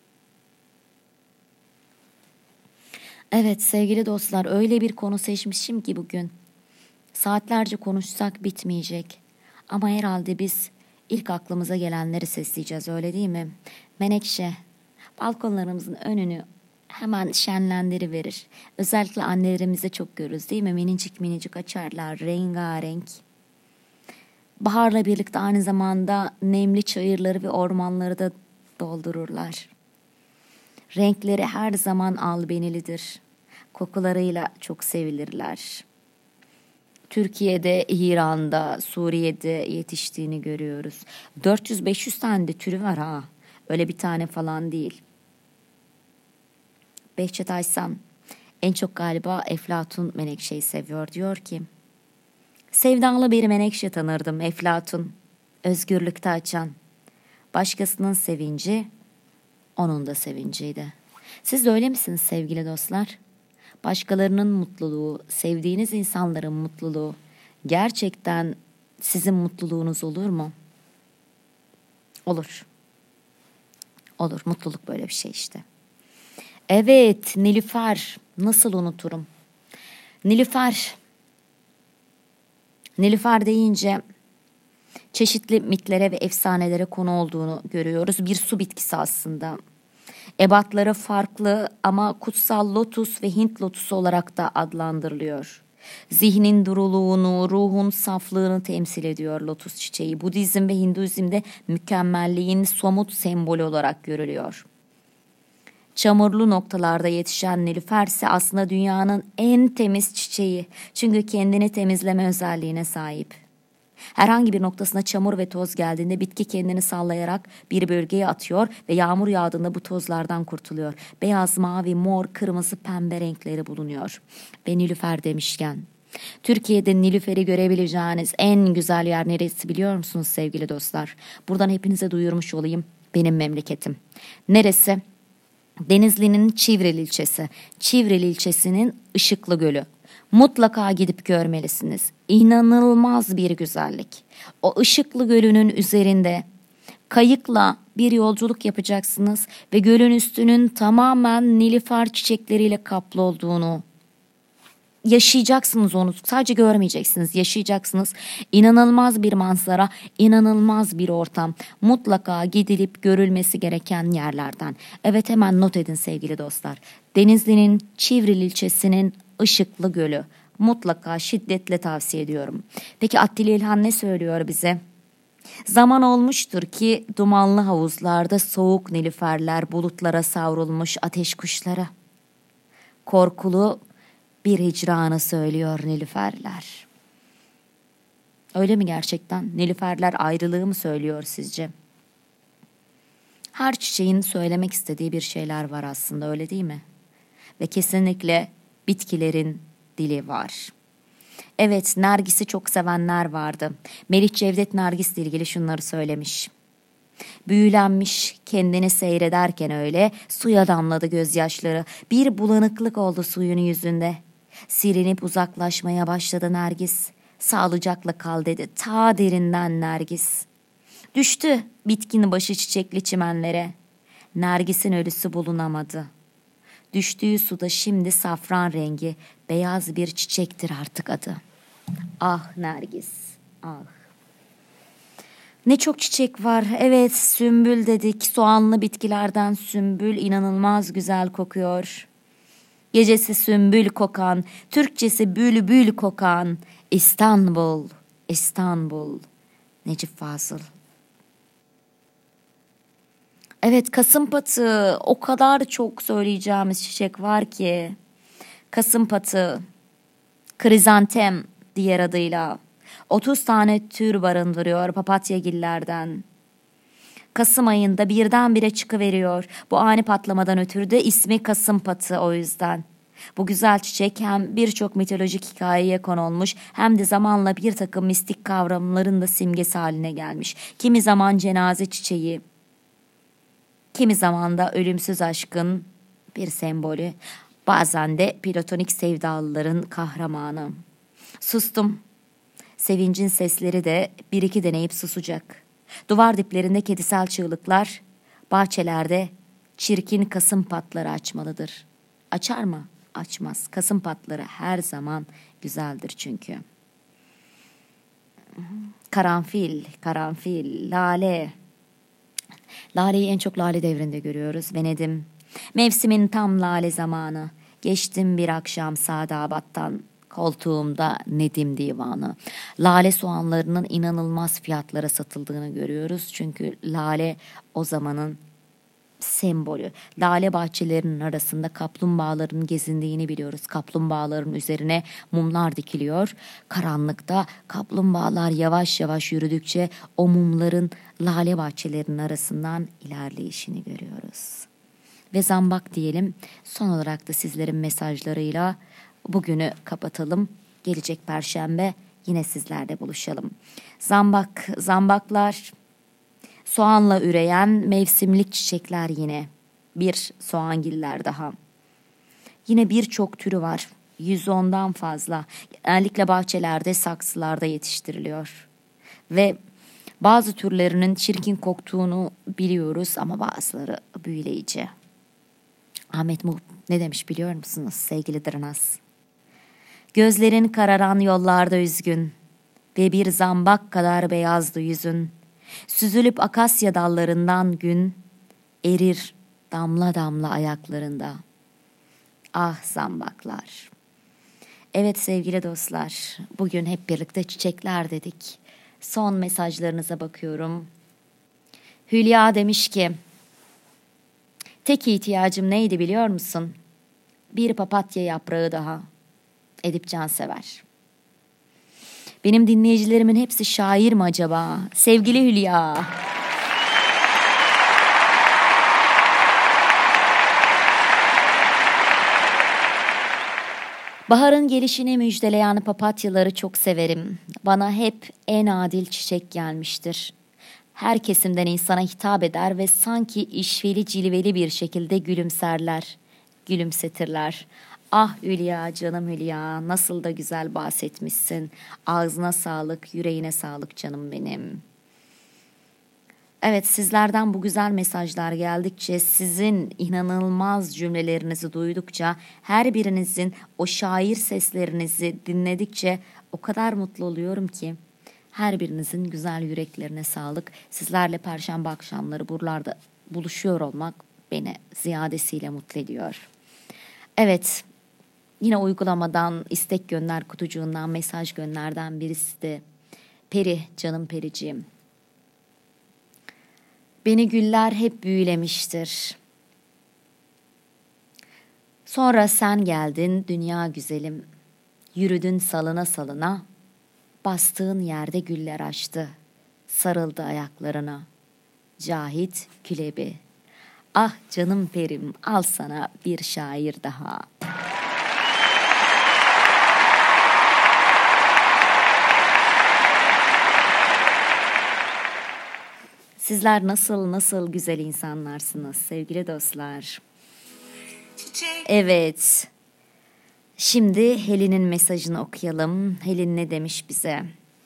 Evet sevgili dostlar, öyle bir konu seçmişim ki bugün. Saatlerce konuşsak bitmeyecek. Ama herhalde biz ilk aklımıza gelenleri sesleyeceğiz, öyle değil mi? Menekşe, balkonlarımızın önünü hemen şenlendiriverir. Özellikle annelerimize çok görürüz değil mi? Minicik minicik açarlar, rengarenk. Baharla birlikte aynı zamanda nemli çayırları ve ormanları da doldururlar. Renkleri her zaman albenilidir. Kokularıyla çok sevilirler. Türkiye'de, İran'da, Suriye'de yetiştiğini görüyoruz. 400-500 tane de türü var ha. Öyle bir tane falan değil. Behçet Aysam en çok galiba Eflatun menekşeyi seviyor. Diyor ki, sevdalı bir menekşe tanırdım Eflatun, özgürlükte açan. Başkasının sevinci, onun da sevinciydi. Siz de öyle misiniz sevgili dostlar? Başkalarının mutluluğu, sevdiğiniz insanların mutluluğu gerçekten sizin mutluluğunuz olur mu? Olur. Olur, mutluluk böyle bir şey işte. Evet, Nilüfer, nasıl unuturum? Nilüfer, Nilüfer deyince çeşitli mitlere ve efsanelere konu olduğunu görüyoruz. Bir su bitkisi aslında. Ebatları farklı ama kutsal lotus ve Hint lotusu olarak da adlandırılıyor. Zihnin duruluğunu, ruhun saflığını temsil ediyor lotus çiçeği. Budizm ve Hinduizm'de mükemmelliğin somut sembolü olarak görülüyor. Çamurlu noktalarda yetişen nilüfer ise aslında dünyanın en temiz çiçeği. Çünkü kendini temizleme özelliğine sahip. Herhangi bir noktasına çamur ve toz geldiğinde bitki kendini sallayarak bir bölgeye atıyor ve yağmur yağdığında bu tozlardan kurtuluyor. Beyaz, mavi, mor, kırmızı, pembe renkleri bulunuyor. Ve nilüfer demişken, Türkiye'de nilüferi görebileceğiniz en güzel yer neresi biliyor musunuz sevgili dostlar? Buradan hepinize duyurmuş olayım, benim memleketim. Neresi? Denizli'nin Çivril ilçesi. Çivril ilçesinin Işıklı Gölü. Mutlaka gidip görmelisiniz. İnanılmaz bir güzellik. O Işıklı Gölü'nün üzerinde kayıkla bir yolculuk yapacaksınız ve gölün üstünün tamamen nilüfer çiçekleriyle kaplı olduğunu yaşayacaksınız, onu sadece görmeyeceksiniz, yaşayacaksınız. İnanılmaz bir manzara, inanılmaz bir ortam. Mutlaka gidilip görülmesi gereken yerlerden. Evet, hemen not edin sevgili dostlar. Denizli'nin Çivril ilçesinin Işıklı Gölü. Mutlaka şiddetle tavsiye ediyorum. Peki Atilla İlhan ne söylüyor bize? Zaman olmuştur ki dumanlı havuzlarda soğuk nilüferler bulutlara savrulmuş ateş kuşları. Korkulu bir hicranı söylüyor nilüferler. Öyle mi gerçekten? Nilüferler ayrılığı mı söylüyor sizce? Her çiçeğin söylemek istediği bir şeyler var aslında, öyle değil mi? Ve kesinlikle bitkilerin dili var. Evet, Nergis'i çok sevenler vardı. Melih Cevdet Nergis'le ilgili şunları söylemiş. Büyülenmiş kendini seyrederken öyle suya damladı gözyaşları. Bir bulanıklık oldu suyun yüzünde. Silinip uzaklaşmaya başladı Nergis. Sağlıcakla kal dedi ta derinden Nergis. Düştü bitkin başı çiçekli çimenlere. Nergis'in ölüsü bulunamadı. Düştüğü suda şimdi safran rengi beyaz bir çiçektir artık adı. Ah Nergis, ah. Ne çok çiçek var. Evet, sümbül dedik. Soğanlı bitkilerden sümbül inanılmaz güzel kokuyor. Gecesi sümbül kokan, Türkçesi bülbül kokan. İstanbul, İstanbul. Necip Fazıl. Evet, kasımpatı. O kadar çok söyleyeceğimiz çiçek var ki. Kasımpatı, krizantem diğer adıyla. 30 tane tür barındırıyor papatyagillerden. Kasım ayında birdenbire çıkıveriyor. Bu ani patlamadan ötürü de ismi kasımpatı o yüzden. Bu güzel çiçek hem birçok mitolojik hikayeye konulmuş hem de zamanla bir takım mistik kavramların da simgesi haline gelmiş. Kimi zaman cenaze çiçeği, kimi zaman da ölümsüz aşkın bir sembolü, bazen de platonik sevdalıların kahramanı. Sustum. Sevincin sesleri de bir iki deneyip susacak. Duvar diplerinde kedisel çığlıklar, bahçelerde çirkin kasım patları açmalıdır. Açar mı? Açmaz. Kasım patları her zaman güzeldir çünkü. Karanfil, karanfil, lale. Laleyi en çok lale devrinde görüyoruz. Venedim. Mevsimin tam lale zamanı. Geçtim bir akşam Sadabat'tan. Koltuğumda Nedim divanı. Lale soğanlarının inanılmaz fiyatlara satıldığını görüyoruz. Çünkü lale o zamanın sembolü. Lale bahçelerinin arasında kaplumbağaların gezindiğini biliyoruz. Kaplumbağaların üzerine mumlar dikiliyor. Karanlıkta kaplumbağalar yavaş yavaş yürüdükçe o mumların lale bahçelerinin arasından ilerleyişini görüyoruz. Ve zambak diyelim. Son olarak da sizlerin mesajlarıyla bugünü kapatalım. Gelecek Perşembe yine sizlerle buluşalım. Zambak, zambaklar soğanla üreyen mevsimlik çiçekler yine. Bir soğangiller daha. Yine birçok türü var. 110'dan fazla. Genellikle bahçelerde, saksılarda yetiştiriliyor. Ve bazı türlerinin çirkin koktuğunu biliyoruz ama bazıları büyüleyici. Ahmet Muhip ne demiş biliyor musunuz sevgili Dırnaz? Gözlerin kararan yollarda üzgün. ve bir zambak kadar beyazdı yüzün. Süzülüp akasya dallarından gün, erir damla damla ayaklarında. Ah zambaklar. Evet sevgili dostlar, bugün hep birlikte çiçekler dedik. Son mesajlarınıza bakıyorum. Hülya demiş ki, tek ihtiyacım neydi biliyor musun? Bir papatya yaprağı daha. Edip Cansever. Benim dinleyicilerimin hepsi şair mi acaba? Sevgili Hülya. Baharın gelişini müjdeleyen papatyaları çok severim. Bana hep en adil çiçek gelmiştir. Her kesimden insana hitap eder ve sanki işveli cilveli bir şekilde gülümserler, gülümsetirler. Ah Hülya, canım Hülya, nasıl da güzel bahsetmişsin. Ağzına sağlık, yüreğine sağlık canım benim. Evet, sizlerden bu güzel mesajlar geldikçe, sizin inanılmaz cümlelerinizi duydukça, her birinizin o şair seslerinizi dinledikçe o kadar mutlu oluyorum ki. Her birinizin güzel yüreklerine sağlık. Sizlerle perşembe akşamları buralarda buluşuyor olmak beni ziyadesiyle mutlu ediyor. Evet, yine uygulamadan istek gönder kutucuğundan mesaj gönderden birisi de Peri, canım Periciğim. Beni güller hep büyülemiştir. Sonra sen geldin dünya güzelim. Yürüdün salına salına. Bastığın yerde güller açtı. Sarıldı ayaklarına. Cahit Külebi. Ah canım perim, al sana bir şair daha. Sizler nasıl güzel insanlarsınız sevgili dostlar. Evet. Şimdi Helin'in mesajını okuyalım. Helin ne demiş bize?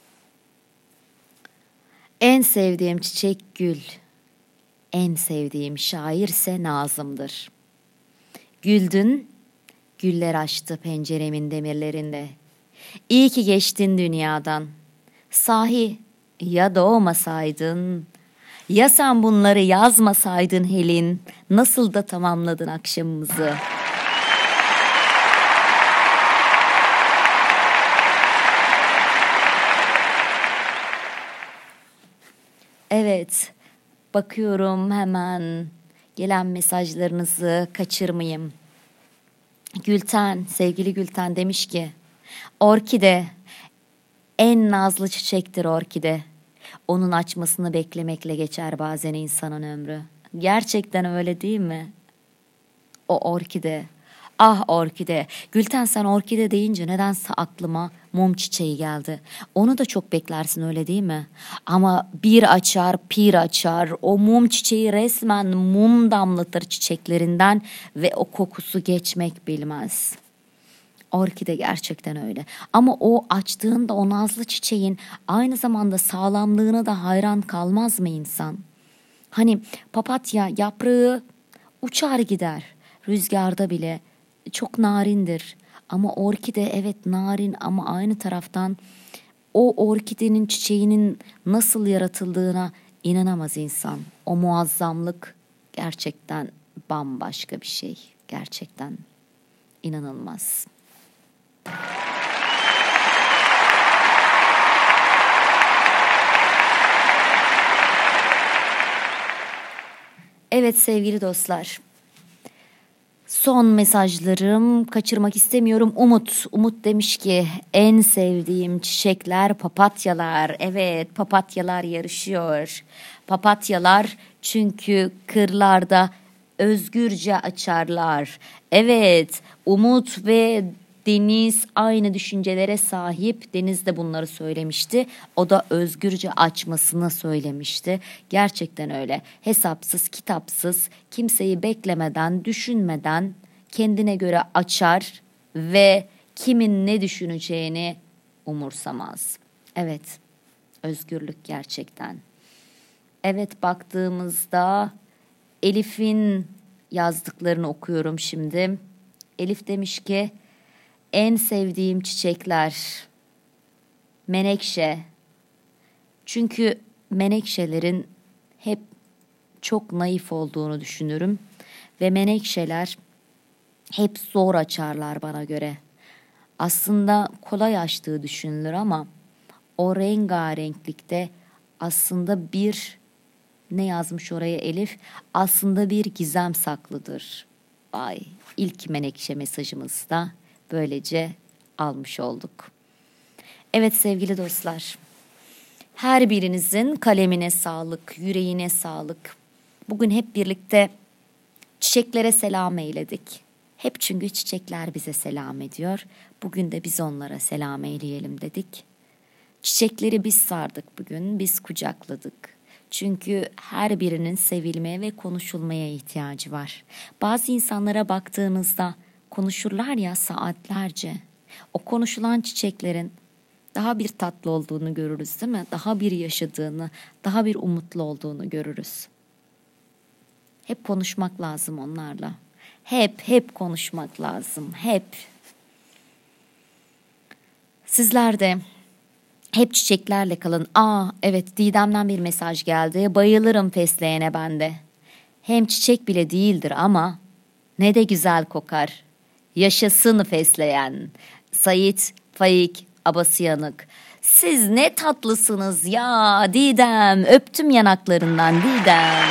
En sevdiğim çiçek gül. En sevdiğim şairse Nazım'dır. Güldün, güller açtı penceremin demirlerinde. İyi ki geçtin dünyadan. Sahi ya doğmasaydın, ya sen bunları yazmasaydın Helin, nasıl da tamamladın akşamımızı. Evet, bakıyorum hemen gelen mesajlarınızı kaçırmayayım. Gülten, sevgili Gülten demiş ki, orkide, en nazlı çiçektir orkide. Onun açmasını beklemekle geçer bazen insanın ömrü. Gerçekten öyle değil mi? O orkide. Ah orkide. Gülten sen orkide deyince nedense aklıma mum çiçeği geldi. Onu da çok beklersin öyle değil mi? Ama bir açar pir açar. O mum çiçeği resmen mum damlatır çiçeklerinden ve o kokusu geçmek bilmez. Orkide gerçekten öyle. Ama o açtığında o nazlı çiçeğin aynı zamanda sağlamlığına da hayran kalmaz mı insan? Hani papatya yaprağı uçar gider. Rüzgarda bile çok narindir. Ama orkide evet narin ama aynı taraftan o orkidenin çiçeğinin nasıl yaratıldığına inanamaz insan. O muazzamlık gerçekten bambaşka bir şey. Gerçekten inanılmaz. Evet sevgili dostlar. Son mesajlarım, kaçırmak istemiyorum. Umut demiş ki en sevdiğim çiçekler papatyalar. Evet, papatyalar yarışıyor. Papatyalar çünkü kırlarda özgürce açarlar. Evet, Umut ve Deniz aynı düşüncelere sahip. Deniz de bunları söylemişti. O da özgürce açmasını söylemişti. Gerçekten öyle. Hesapsız, kitapsız, kimseyi beklemeden, düşünmeden kendine göre açar ve kimin ne düşüneceğini umursamaz. Evet, özgürlük gerçekten. Evet, baktığımızda Elif'in yazdıklarını okuyorum şimdi. Elif demiş ki en sevdiğim çiçekler menekşe. Çünkü menekşelerin hep çok naif olduğunu düşünürüm. Ve menekşeler hep zor açarlar bana göre. Aslında kolay açtığı düşünülür ama o rengarenklikte aslında ne yazmış oraya Elif? Aslında bir gizem saklıdır. Ay, ilk menekşe mesajımızı da böylece almış olduk. Evet sevgili dostlar, her birinizin kalemine sağlık, yüreğine sağlık. Bugün hep birlikte çiçeklere selam eyledik. Hep çünkü çiçekler bize selam ediyor. Bugün de biz onlara selam eyleyelim dedik. Çiçekleri biz sardık bugün, biz kucakladık. Çünkü her birinin sevilmeye ve konuşulmaya ihtiyacı var. Bazı insanlara baktığınızda konuşurlar ya saatlerce. O konuşulan çiçeklerin daha bir tatlı olduğunu görürüz değil mi? Daha bir yaşadığını, daha bir umutlu olduğunu görürüz. Hep konuşmak lazım onlarla. Hep konuşmak lazım. Hep. Sizler de hep çiçeklerle kalın. Evet Didem'den bir mesaj geldi. Bayılırım fesleğene bende. Hem çiçek bile değildir ama ne de güzel kokar. Yaşasın fesleğen. Sait Faik Abasıyanık. Siz ne tatlısınız ya Didem. Öptüm yanaklarından Didem.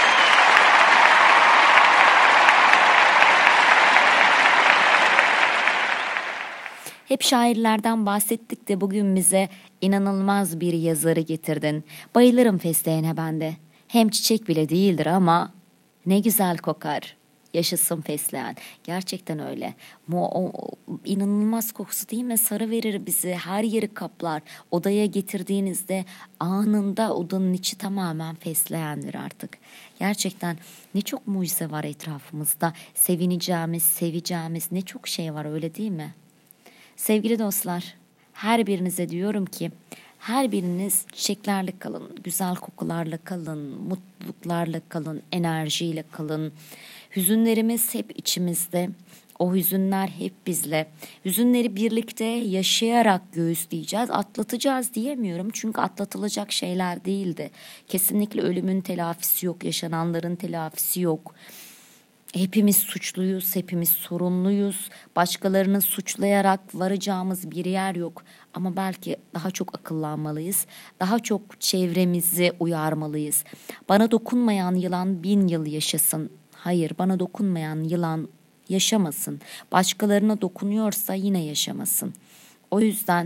Hep şairlerden bahsettik de bugün bize inanılmaz bir yazarı getirdin. Bayılırım fesleğene bende. Hem çiçek bile değildir ama ne güzel kokar. Yaşasın fesleğen. Gerçekten öyle. O inanılmaz kokusu değil mi? Sarı verir bizi. Her yeri kaplar. Odaya getirdiğinizde anında odanın içi tamamen fesleğendir artık. Gerçekten ne çok mucize var etrafımızda. Sevineceğimiz, seveceğimiz ne çok şey var öyle değil mi? Sevgili dostlar, her birinize diyorum ki her biriniz çiçeklerle kalın, güzel kokularla kalın, mutluluklarla kalın, enerjiyle kalın. Hüzünlerimiz hep içimizde, o hüzünler hep bizle. Hüzünleri birlikte yaşayarak göğüsleyeceğiz, atlatacağız diyemiyorum çünkü atlatılacak şeyler değildi. Kesinlikle ölümün telafisi yok, yaşananların telafisi yok. Hepimiz suçluyuz, hepimiz sorumluyuz. Başkalarını suçlayarak varacağımız bir yer yok. Ama belki daha çok akıllanmalıyız. Daha çok çevremizi uyarmalıyız. Bana dokunmayan yılan 1000 yıl yaşasın. Hayır, bana dokunmayan yılan yaşamasın. Başkalarına dokunuyorsa yine yaşamasın. O yüzden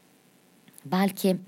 belki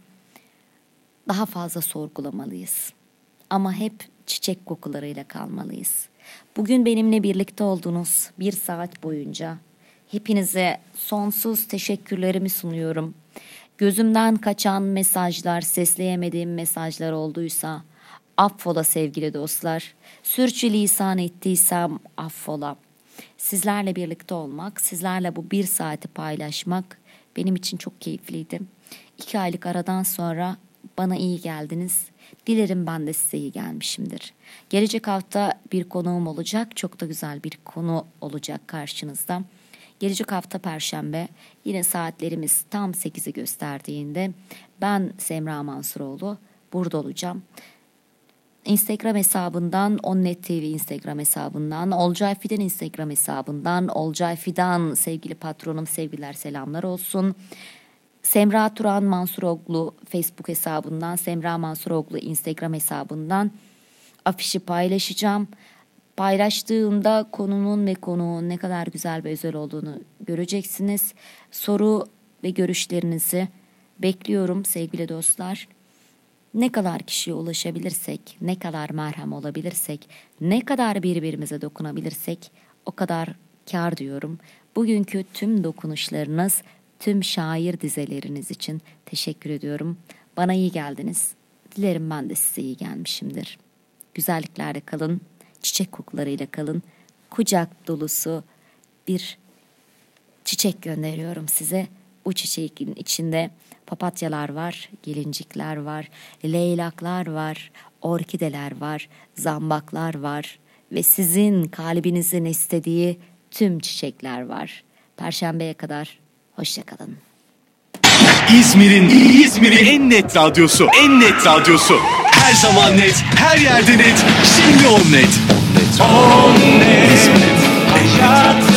daha fazla sorgulamalıyız. Ama hep çiçek kokularıyla kalmalıyız. Bugün benimle birlikte olduğunuz 1 saat boyunca hepinize sonsuz teşekkürlerimi sunuyorum. Gözümden kaçan mesajlar, sesleyemediğim mesajlar olduysa affola sevgili dostlar. Sürçülisan ettiysem affola. Sizlerle birlikte olmak, sizlerle bu 1 saati paylaşmak benim için çok keyifliydi. 2 aylık aradan sonra bana iyi geldiniz. Dilerim ben de size iyi gelmişimdir. Gelecek hafta bir konuğum olacak. Çok da güzel bir konu olacak karşınızda. Gelecek hafta Perşembe yine saatlerimiz tam 8'i gösterdiğinde ben Semra Mansuroğlu burada olacağım. Instagram hesabından, Onnet TV Instagram hesabından, Olcay Fidan Instagram hesabından, Olcay Fidan sevgili patronum sevgiler selamlar olsun. Semra Turan Mansuroğlu Facebook hesabından, Semra Mansuroğlu Instagram hesabından afişi paylaşacağım. Paylaştığımda konunun ve konuğun ne kadar güzel ve özel olduğunu göreceksiniz. Soru ve görüşlerinizi bekliyorum sevgili dostlar. Ne kadar kişiye ulaşabilirsek, ne kadar merhem olabilirsek, ne kadar birbirimize dokunabilirsek o kadar kâr diyorum. Bugünkü tüm dokunuşlarınız, tüm şair dizeleriniz için teşekkür ediyorum. Bana iyi geldiniz. Dilerim ben de size iyi gelmişimdir. Güzelliklerle kalın, çiçek kokularıyla kalın. Kucak dolusu bir çiçek gönderiyorum size. Bu çiçeğin içinde papatyalar var, gelincikler var, leylaklar var, orkideler var, zambaklar var ve sizin kalbinizin istediği tüm çiçekler var. Perşembeye kadar hoşça kalın. İzmir'in en net radyosu. En net radyosu. Her zaman net, her yerde net. Şimdi On Net. On net. İzmir'in en net. Hayatında